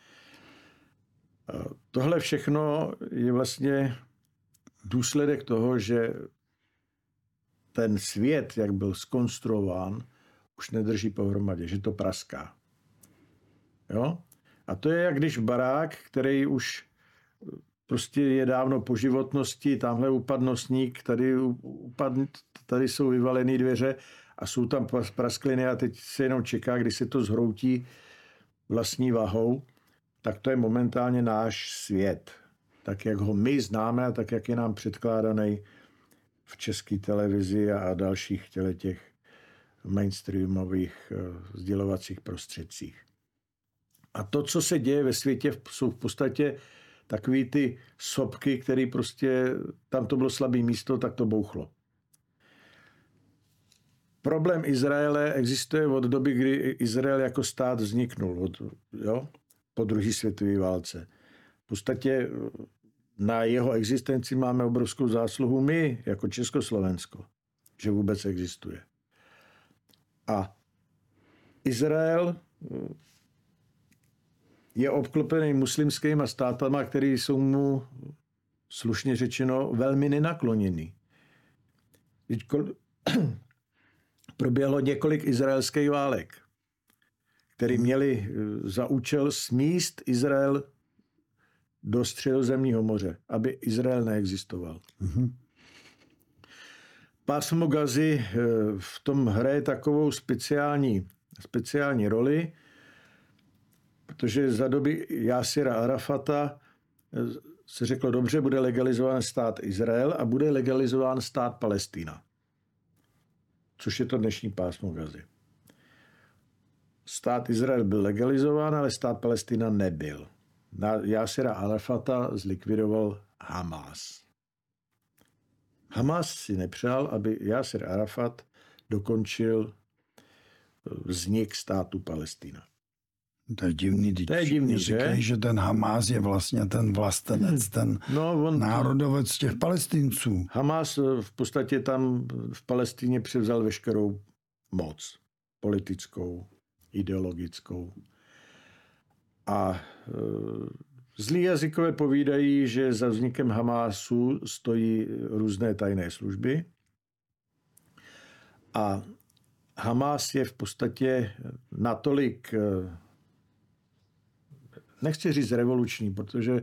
Tohle všechno je vlastně důsledek toho, že ten svět, jak byl zkonstruován, už nedrží pohromadě, že to praská. Jo? A to je jak když barák, který už prostě je dávno po životnosti, tamhle upadnostník, tady, upad, tady jsou vyvalené dveře a jsou tam praskliny a teď se jenom čeká, kdy se to zhroutí vlastní vahou, tak to je momentálně náš svět. Tak, jak ho my známe a tak, jak je nám předkládaný v české televizi a dalších těch mainstreamových sdělovacích prostředcích. A to, co se děje ve světě, jsou v podstatě takový ty sopky, které prostě, tam to bylo slabé místo, tak to bouchlo. Problém Izraele existuje od doby, kdy Izrael jako stát vzniknul, od, jo, po druhé světové válce. V podstatě na jeho existenci máme obrovskou zásluhu my, jako Československo, že vůbec existuje. A Izrael je obklopený muslimskými státama, které jsou mu, slušně řečeno, velmi nenakloněný. Proběhlo několik izraelských válek, které měly za účel smíst Izrael do Středozemního moře, aby Izrael neexistoval. Mm-hmm. Pásmo Gazy v tom hraje takovou speciální, speciální roli, protože za doby Jásira Arafata se řeklo, dobře, bude legalizován stát Izrael a bude legalizován stát Palestina. Což je to dnešní pásmo Gazy. Stát Izrael byl legalizován, ale stát Palestina nebyl. Jásira Arafata zlikvidoval Hamas. Hamas si nepřál, aby Jásir Arafat dokončil vznik státu Palestina. To je divný, to je divný, říkají, že? že ten Hamas je vlastně ten vlastenec, ten no, on, národovec těch Palestinců. Hamas v podstatě tam v Palestině převzal veškerou moc. Politickou, ideologickou. A e, zlí jazykové povídají, že za vznikem Hamásu stojí různé tajné služby. A Hamás je v podstatě natolik, nechci říct revoluční, protože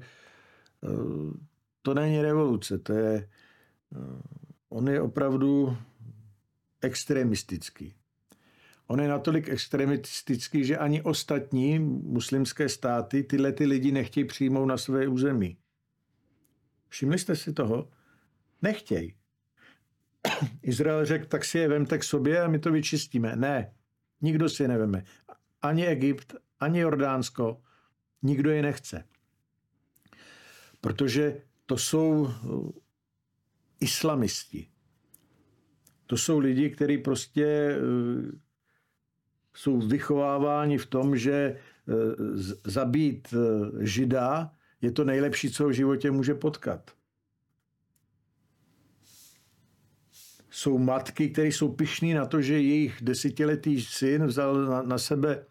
to není revoluce, to je, on je opravdu extremistický. On je natolik extremistický, že ani ostatní muslimské státy tyhle ty lidi nechtějí přijmout na své území. Všimli jste si toho? Nechtějí. Izrael řekl, tak si je vemte k sobě a my to vyčistíme. Ne, nikdo si je neveme. Ani Egypt, ani Jordánsko, nikdo je nechce. Protože to jsou islamisti. To jsou lidi, kteří prostě jsou vychováváni v tom, že zabít Žida je to nejlepší, co v životě může potkat. Jsou matky, které jsou pyšný na to, že jejich desetiletý syn vzal na, na sebe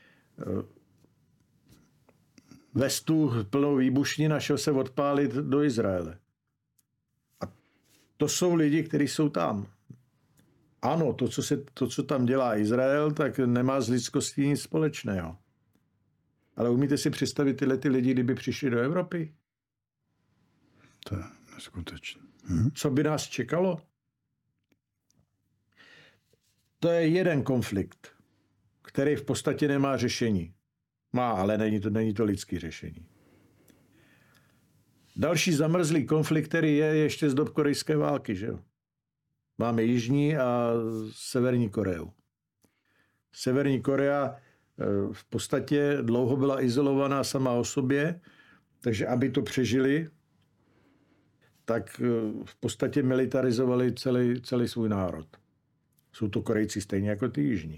vestu plnou výbušnin a šel se odpálit do Izraele. A to jsou lidi, kteří jsou tam. Ano, to co, se, to, co tam dělá Izrael, tak nemá s lidskostí nic společného. Ale umíte si představit tyhle ty lidi, kdyby přišli do Evropy? To je neskutečné. Hm? Co by nás čekalo? To je jeden konflikt, který v podstatě nemá řešení. Má, ale není to, není to lidský řešení. Další zamrzlý konflikt, který je ještě z dob korejské války, že jo? Máme Jižní a Severní Koreu. Severní Korea v podstatě dlouho byla izolovaná sama o sobě, takže aby to přežili, tak v podstatě militarizovali celý, celý svůj národ. Jsou to Korejci stejně jako ty Jižní.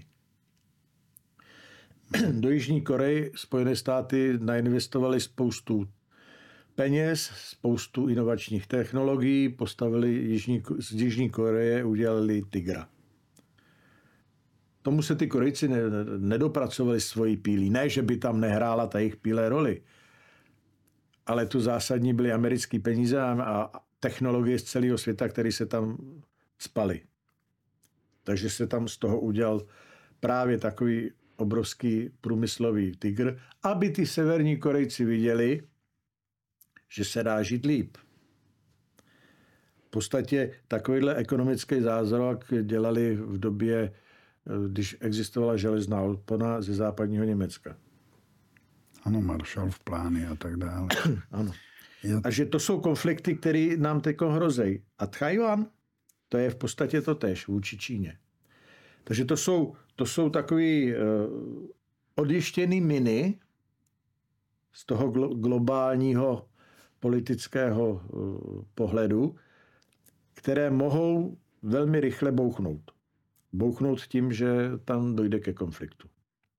Do Jižní Koreji Spojené státy nainvestovaly spoustu peněz, spoustu inovačních technologií, postavili Jižní, z Jižní Koreje udělali Tigra. Tomu se ty Korejci ne, nedopracovali svojí pílí. Ne, že by tam nehrála ta jejich píle roli. Ale tu zásadní byly americké peníze a technologie z celého světa, které se tam spaly. Takže se tam z toho udělal právě takový obrovský průmyslový tygr, aby ty severní Korejci viděli, že se dá žít líp. V podstatě takovýhle ekonomický zázrak dělali v době, když existovala železná opona ze západního Německa. Ano, Marshallův plány a tak dále. Ano. A že to jsou konflikty, které nám teď hrozejí. A Tchaj-wan, to je v podstatě to též vůči Číně. Takže to jsou, to jsou takový uh, odjištěný miny z toho glo- globálního politického uh, pohledu, které mohou velmi rychle bouchnout. Bouchnout tím, že tam dojde ke konfliktu.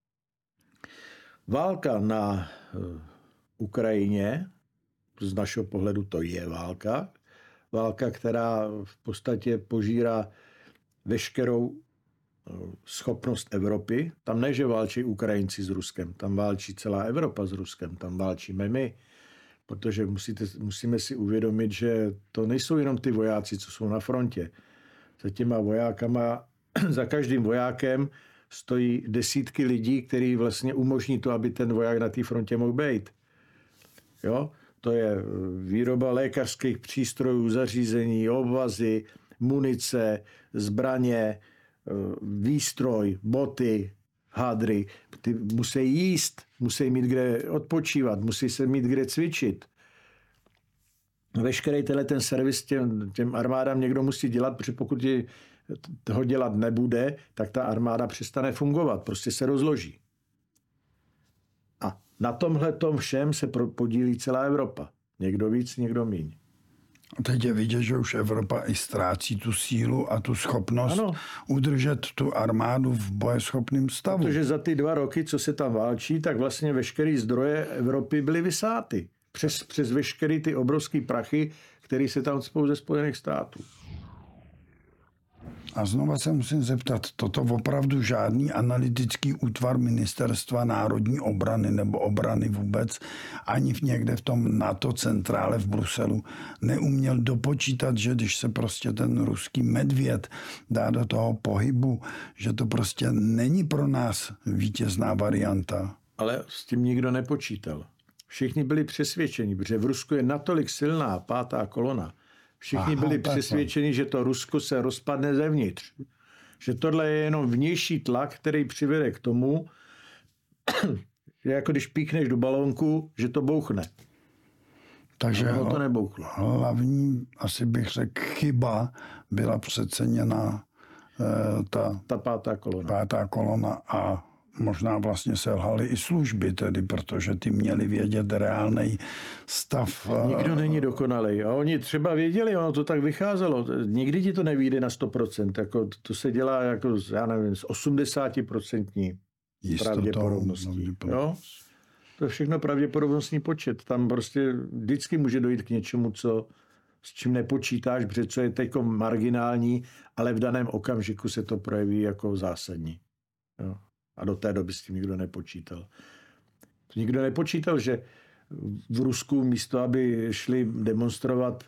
Válka na uh, Ukrajině, z našeho pohledu to je válka, válka, která v podstatě požírá veškerou schopnost Evropy. Tam ne, že válčí Ukrajinci s Ruskem, tam válčí celá Evropa s Ruskem, tam válčíme my, protože musíte, musíme si uvědomit, že to nejsou jenom ty vojáci, co jsou na frontě. Za těma vojákama, za každým vojákem stojí desítky lidí, kteří vlastně umožní to, aby ten voják na té frontě mohl být. Jo? To je výroba lékařských přístrojů, zařízení, obvazy, munice, zbraně, výstroj, boty, hadry. Ty musí jíst, musí mít kde odpočívat, musí se mít kde cvičit. Veškerý tenhle ten servis těm, těm armádám někdo musí dělat, protože pokud toho dělat nebude, tak ta armáda přestane fungovat, prostě se rozloží. A na tomhle tom všem se podílí celá Evropa. Někdo víc, někdo míň. A teď je vidět, že už Evropa i ztrácí tu sílu a tu schopnost ano. udržet tu armádu v bojeschopném stavu. Protože za ty dva roky, co se tam válčí, tak vlastně veškeré zdroje Evropy byly vysáty. Přes, přes veškeré ty obrovské prachy, které se tam cpou ze Spojených států. A znova se musím zeptat, toto opravdu žádný analytický útvar Ministerstva národní obrany nebo obrany vůbec, ani v někde v tom NATO centrále v Bruselu neuměl dopočítat, že když se prostě ten ruský medvěd dá do toho pohybu, že to prostě není pro nás vítězná varianta. Ale s tím nikdo nepočítal. Všichni byli přesvědčeni, protože v Rusku je natolik silná pátá kolona. Všichni Aha, byli přesvědčeni, že to Rusko se rozpadne zevnitř. Že tohle je jenom vnější tlak, který přivede k tomu, že jako když píkneš do balónku, že to bouchne. Takže to nebouchlo. Hlavní, asi bych řekl, chyba byla přeceněna eh, ta, ta pátá kolona. pátá kolona a možná vlastně selhaly i služby tedy, protože ty měli vědět reálný stav. Nikdo není dokonalý. A oni třeba věděli, ono to tak vycházelo. Nikdy ti to nevyjde na sto procent. Jako, to se dělá jako, já nevím, s osmdesát procent pravděpodobností. Jo? To je všechno pravděpodobnostní počet. Tam prostě vždycky může dojít k něčemu, co, s čím nepočítáš, protože co je teď marginální, ale v daném okamžiku se to projeví jako zásadní. Jo? A do té doby s tím nikdo nepočítal. Nikdo nepočítal, že v Rusku místo, aby šli demonstrovat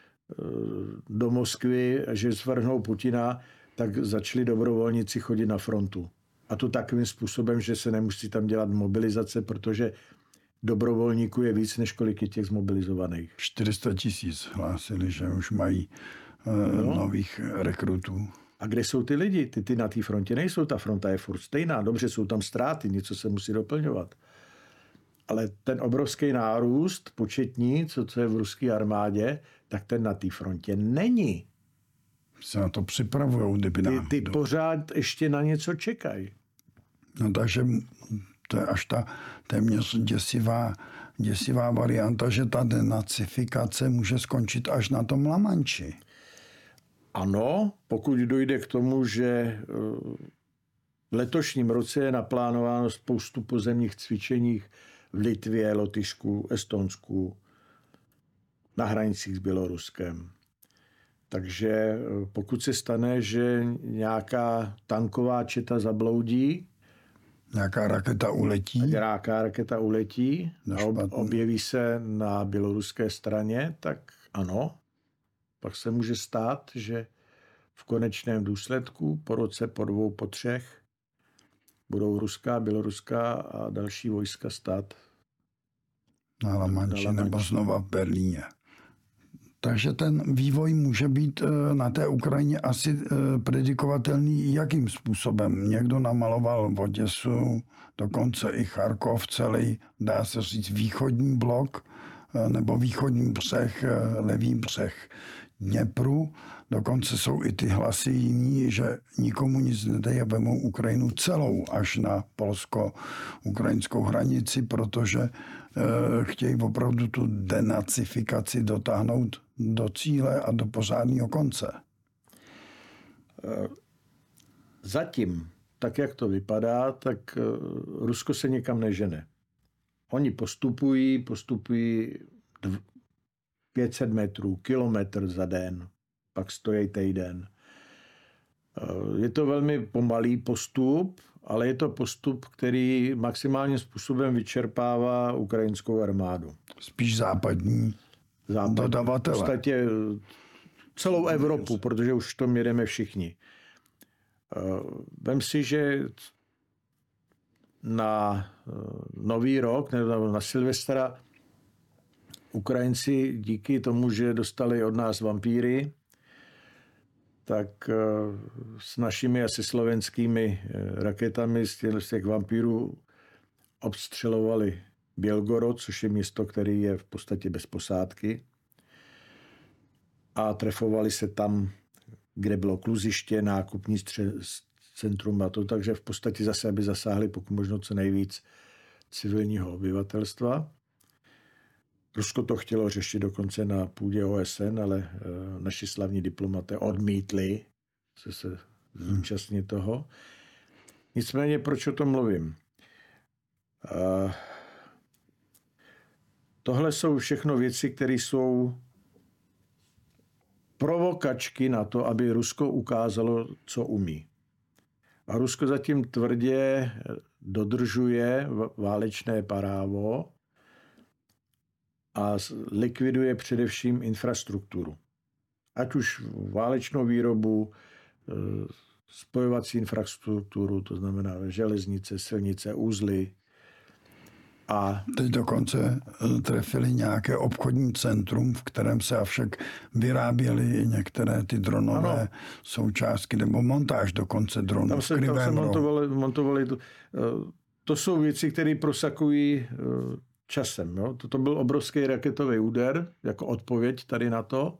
do Moskvy, že svrhnou Putina, tak začali dobrovolníci chodit na frontu. A to takovým způsobem, že se nemusí tam dělat mobilizace, protože dobrovolníků je víc, než kolik je těch zmobilizovaných. čtyři sta tisíc hlásili, že už mají no. nových rekrutů. A kde jsou ty lidi? Ty, ty na té frontě nejsou, ta fronta je furt stejná. Dobře, jsou tam ztráty, něco se musí doplňovat. Ale ten obrovský nárůst početní, co, co je v ruské armádě, tak ten na té frontě není. Se na to připravujou, kdyby Ty, ty pořád ještě na něco čekají. No takže to je až ta téměř děsivá, děsivá varianta, že ta denacifikace může skončit až na tom La Manchi. Ano, pokud dojde k tomu, že v letošním roce je naplánováno spoustu pozemních cvičení v Litvě, Lotyšsku, Estonsku, na hranicích s Běloruskem. Takže pokud se stane, že nějaká tanková četa zabloudí, nějaká raketa uletí, nějaká raketa uletí a Nešpatný. objeví se na běloruské straně, tak ano, pak se může stát, že v konečném důsledku po roce, po dvou, po třech budou ruská, běloruská a další vojska stát na Lamanči na nebo Lamanči. znova v Berlíně. Takže ten vývoj může být na té Ukrajině asi predikovatelný jakým způsobem. Někdo namaloval Oděsu, dokonce i Charkov, celý, dá se říct, východní blok, nebo východní břeh, levý břeh Dněpru. Dokonce jsou i ty hlasy jiný, že nikomu nic nedají a vemou Ukrajinu celou až na polsko-ukrajinskou hranici, protože e, chtějí opravdu tu denacifikaci dotáhnout do cíle a do pořádného konce. Zatím, tak jak to vypadá, tak Rusko se někam nežene. Oni postupují, postupují pět set metrů, kilometr za den, pak stojí týden. Je to velmi pomalý postup, ale je to postup, který maximálním způsobem vyčerpává ukrajinskou armádu. Spíš západní Západ, dodavatele. V podstatě celou Evropu, protože už to jedeme všichni. Vem si, že na Nový rok nebo na Silvestra Ukrajinci díky tomu, že dostali od nás vampíry, tak s našimi a se slovenskými raketami z těch, z těch vampírů obstřelovali Bělgorod, což je město, které je v podstatě bez posádky. A trefovali se tam, kde bylo kluziště, nákupní stře- centrum a to, takže v podstatě zase, aby zasáhli pokud možno co nejvíc civilního obyvatelstva. Rusko to chtělo řešit dokonce na půdě O S N, ale naši slavní diplomaté odmítli se, se zúčastnit toho. Nicméně, proč o tom mluvím? Uh, tohle jsou všechno věci, které jsou provokačky na to, aby Rusko ukázalo, co umí. A Rusko zatím tvrdě dodržuje válečné právo a likviduje především infrastrukturu. Ať už válečnou výrobu, spojovací infrastrukturu, to znamená železnice, silnice, uzly. A teď dokonce trefili nějaké obchodní centrum, v kterém se avšak vyráběly některé ty dronové ano. součástky, nebo montáž dokonce dronů. Tam se, tam se montovali, montovali to, to jsou věci, které prosakují časem. Jo? To byl obrovský raketový úder, jako odpověď tady na to.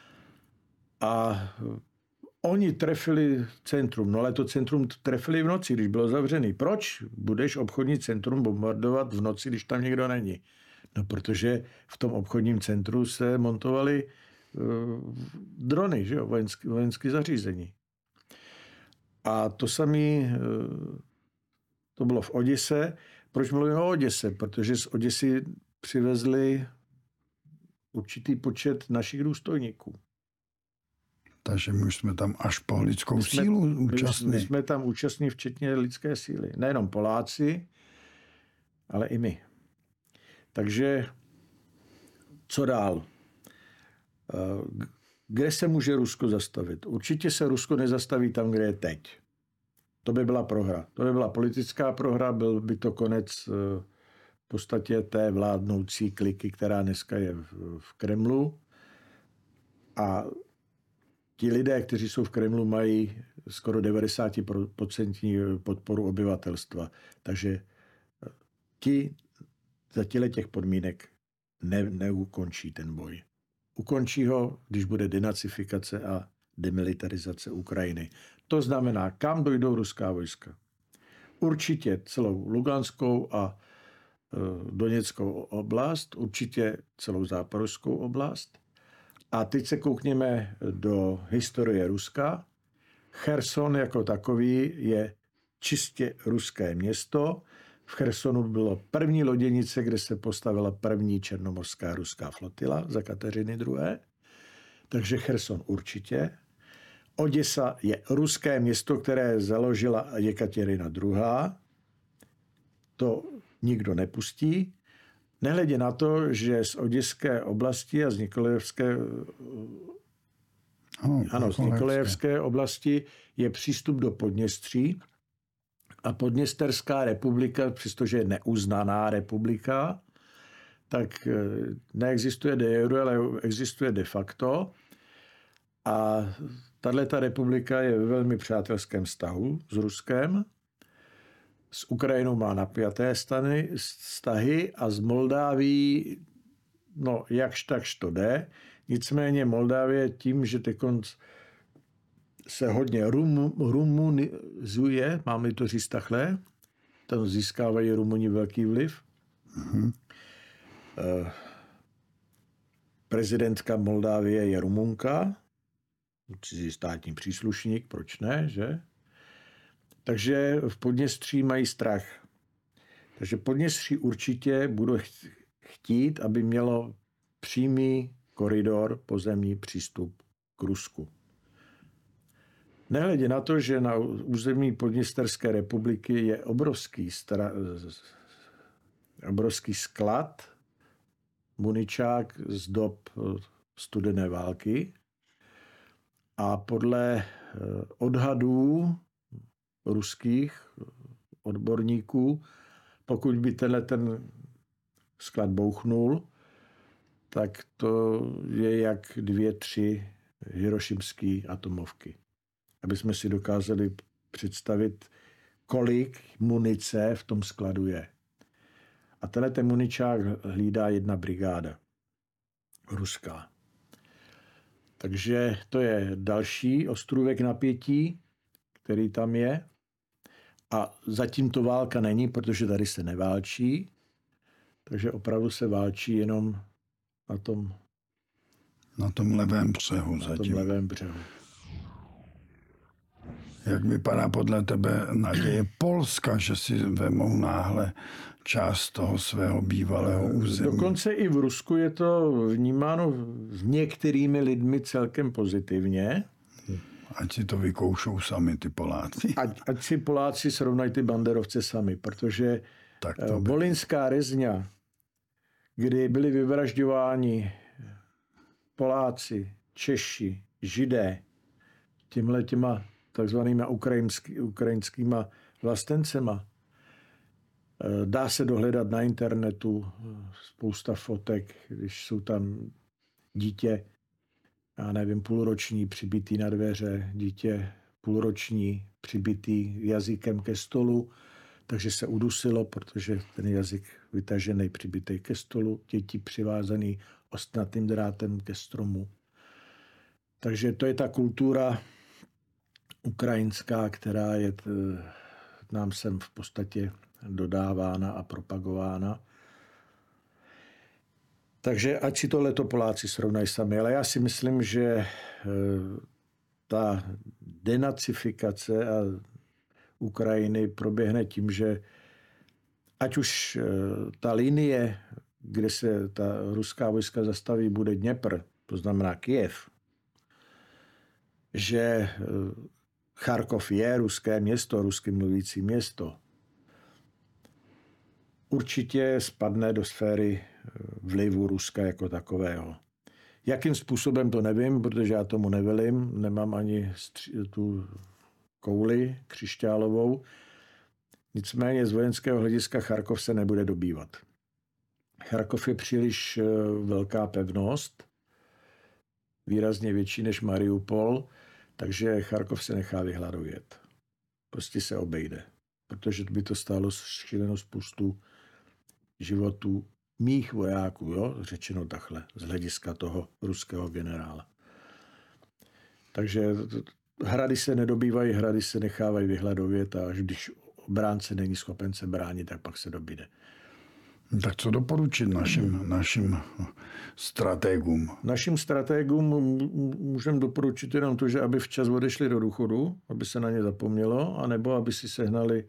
A oni trefili centrum, no ale to centrum trefili v noci, když bylo zavřený. Proč budeš obchodní centrum bombardovat v noci, když tam někdo není? No, protože v tom obchodním centru se montovaly uh, drony, že jo, vojenské, vojenské zařízení. A to samé, uh, to bylo v Oděse. Proč mluvím o Oděse? Protože z Oděsy přivezli určitý počet našich důstojníků. Takže my už jsme tam až po lidskou my jsme, sílu účastní. My jsme tam účastní včetně lidské síly. Nejenom Poláci, ale i my. Takže co dál? Kde se může Rusko zastavit? Určitě se Rusko nezastaví tam, kde je teď. To by byla prohra. To by byla politická prohra, byl by to konec v podstatě té vládnoucí kliky, která dneska je v Kremlu. A ti lidé, kteří jsou v Kremlu, mají skoro devadesát procent podporu obyvatelstva. Takže ti za těle těch podmínek ne, neukončí ten boj. Ukončí ho, když bude denacifikace a demilitarizace Ukrajiny. To znamená, kam dojdou ruská vojska. Určitě celou Luganskou a e, Doněckou oblast, určitě celou Záporožskou oblast. A teď se koukněme do historie Ruska. Cherson jako takový je čistě ruské město. V Chersonu bylo první loděnice, kde se postavila první černomořská ruská flotila za Kateřiny druhé. Takže Cherson určitě. Oděsa je ruské město, které založila Jekatěrina druhá. To nikdo nepustí. Nehledě na to, že z Oděské oblasti a z Nikolajevské, Ano, ano, z Nikolajevské oblasti je přístup do Podněstří a Podněsterská republika, přestože je neuznaná republika, tak neexistuje de jure, ale existuje de facto. A tato republika je ve velmi přátelském vztahu s Ruskem. S Ukrajinou má napjaté stany, vztahy a z Moldávií, no jakž takž to jde. Nicméně Moldávie tím, že tekonc se hodně rum, rumunizuje, mám-li to říct takhle, tam získávají Rumuni velký vliv. Mm-hmm. Prezidentka Moldávie je Rumunka, cizí státní příslušník, proč ne, že? Takže v Podněstří mají strach. Takže Podněstří určitě budou chtít, aby mělo přímý koridor, pozemní přístup k Rusku. Nehledě na to, že na území Podněsterské republiky je obrovský, stra... obrovský sklad, muničák z dob studené války a podle odhadů ruských odborníků, pokud by tenhle ten sklad bouchnul, tak to je jak dvě, tři hirošimské atomovky. Aby jsme si dokázali představit, kolik munice v tom skladu je. A tenhle ten muničák hlídá jedna brigáda ruská. Takže to je další ostrůvek napětí, který tam je. A zatím to válka není, protože tady se neválčí. Takže opravdu se válčí jenom na tom, na tom levém břehu. Na zatím. tom levém břehu. Jak vypadá podle tebe naděje Polska, že si vemou náhle část toho svého bývalého území? Dokonce i v Rusku je to vnímáno některými lidmi celkem pozitivně. Ať si to vykoušou sami ty Poláci. Ať, ať si Poláci srovnají ty banderovce sami, protože tak to by... Volinská rezňa, kdy byli vyvražďováni Poláci, Češi, Židé, tímhle těma takzvanýma ukrajinský, ukrajinskýma vlastencema. Dá se dohledat na internetu spousta fotek, když jsou tam dítě, já nevím, půlroční přibitý na dveře, dítě půlroční přibitý jazykem ke stolu, takže se udusilo, protože ten jazyk vytažený, přibitý ke stolu, děti přivázaný ostnatým drátem ke stromu. Takže to je ta kultura ukrajinská, která je nám sem v podstatě dodávána a propagována. Takže ať si tohleto Poláci srovnají sami, ale já si myslím, že ta denacifikace a Ukrajiny proběhne tím, že ať už ta linie, kde se ta ruská vojska zastaví, bude Dněpr, to znamená Kyjev, že Charkov je ruské město, rusky mluvící město, určitě spadne do sféry vlivu Ruska jako takového. Jakým způsobem to nevím, protože já tomu nevelím, nemám ani stři- tu kouli křišťálovou. Nicméně z vojenského hlediska Charkov se nebude dobývat. Charkov je příliš velká pevnost, výrazně větší než Mariupol, takže Charkov se nechá vyhladovět. Prostě se obejde, protože by to stálo šílenou spoustu životů mých vojáků, jo? Řečeno takhle, z hlediska toho ruského generála. Takže hrady se nedobývají, hrady se nechávají vyhladovět a až když obránce není schopen se bránit, tak pak se dobíde. Tak co doporučit našim, našim stratégům? Našim stratégům můžeme doporučit jenom to, že aby včas odešli do důchodu, aby se na ně zapomnělo, anebo aby si sehnali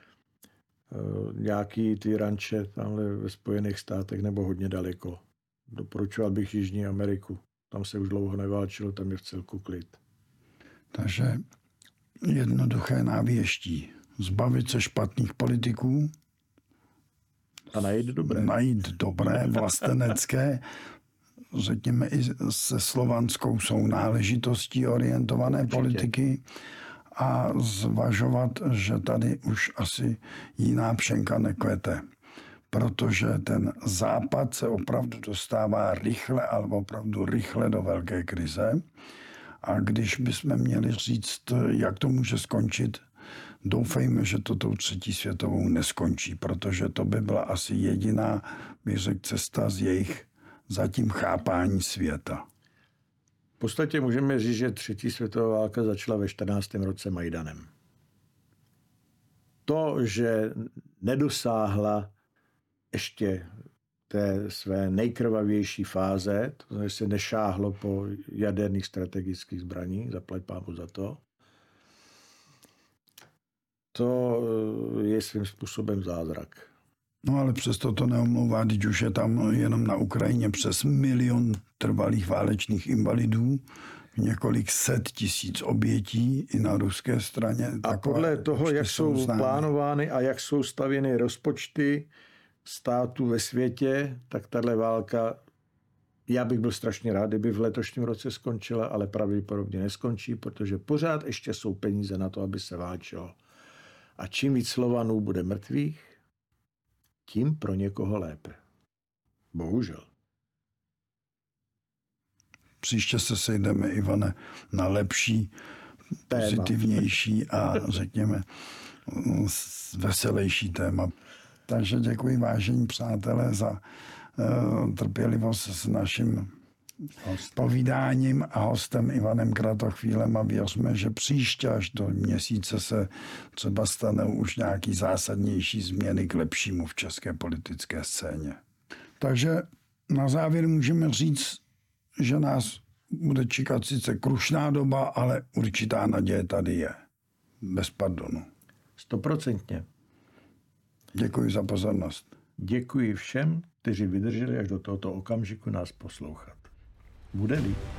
nějaký ty ranče tamhle ve Spojených státech nebo hodně daleko. Doporučoval bych Jižní Ameriku. Tam se už dlouho neválčilo, tam je v celku klid. Takže jednoduché návěští. Zbavit se špatných politiků. A najít dobré. Najít dobré, vlastenecké, řekněme i se slovanskou sounáležitostí orientované Určitě. Politiky a zvažovat, že tady už asi jiná pšenka nekvete. Protože ten západ se opravdu dostává rychle, ale opravdu rychle do velké krize. A když bychom měli říct, jak to může skončit, doufejme, že to tou třetí světovou neskončí, protože to by byla asi jediná, bych řekl, cesta z jejich zatím chápání světa. V podstatě můžeme říct, že třetí světová válka začala ve čtrnáctém roce Majdanem. To, že nedosáhla ještě té své nejkrvavější fáze, to znamená, že se nešáhlo po jaderných strategických zbraních, zaplať pámu za to, to je svým způsobem zázrak. No ale přesto to neomlouvá, když už je tam jenom na Ukrajině přes milion trvalých válečných invalidů, několik set tisíc obětí i na ruské straně. A podle toho, jak jsou známy. plánovány a jak jsou stavěny rozpočty států ve světě, tak tahle válka, já bych byl strašně rád, kdyby v letošním roce skončila, ale pravděpodobně neskončí, protože pořád ještě jsou peníze na to, aby se válčilo. A čím víc Slovanů bude mrtvých, tím pro někoho lépe. Bohužel. Příště se sejdeme, Ivane, na lepší, téma. Pozitivnější a řekněme veselější téma. Takže děkuji, vážení přátelé, za uh, trpělivost s naším Host. povídáním a hostem Ivanem Kratochvílem a věřme, že příště až do měsíce se třeba stanou už nějaký zásadnější změny k lepšímu v české politické scéně. Takže na závěr můžeme říct, že nás bude čekat sice krušná doba, ale určitá naděje tady je. Bez pardonu. Stoprocentně. Děkuji za pozornost. Děkuji všem, kteří vydrželi až do tohoto okamžiku nás poslouchat. Bude-li.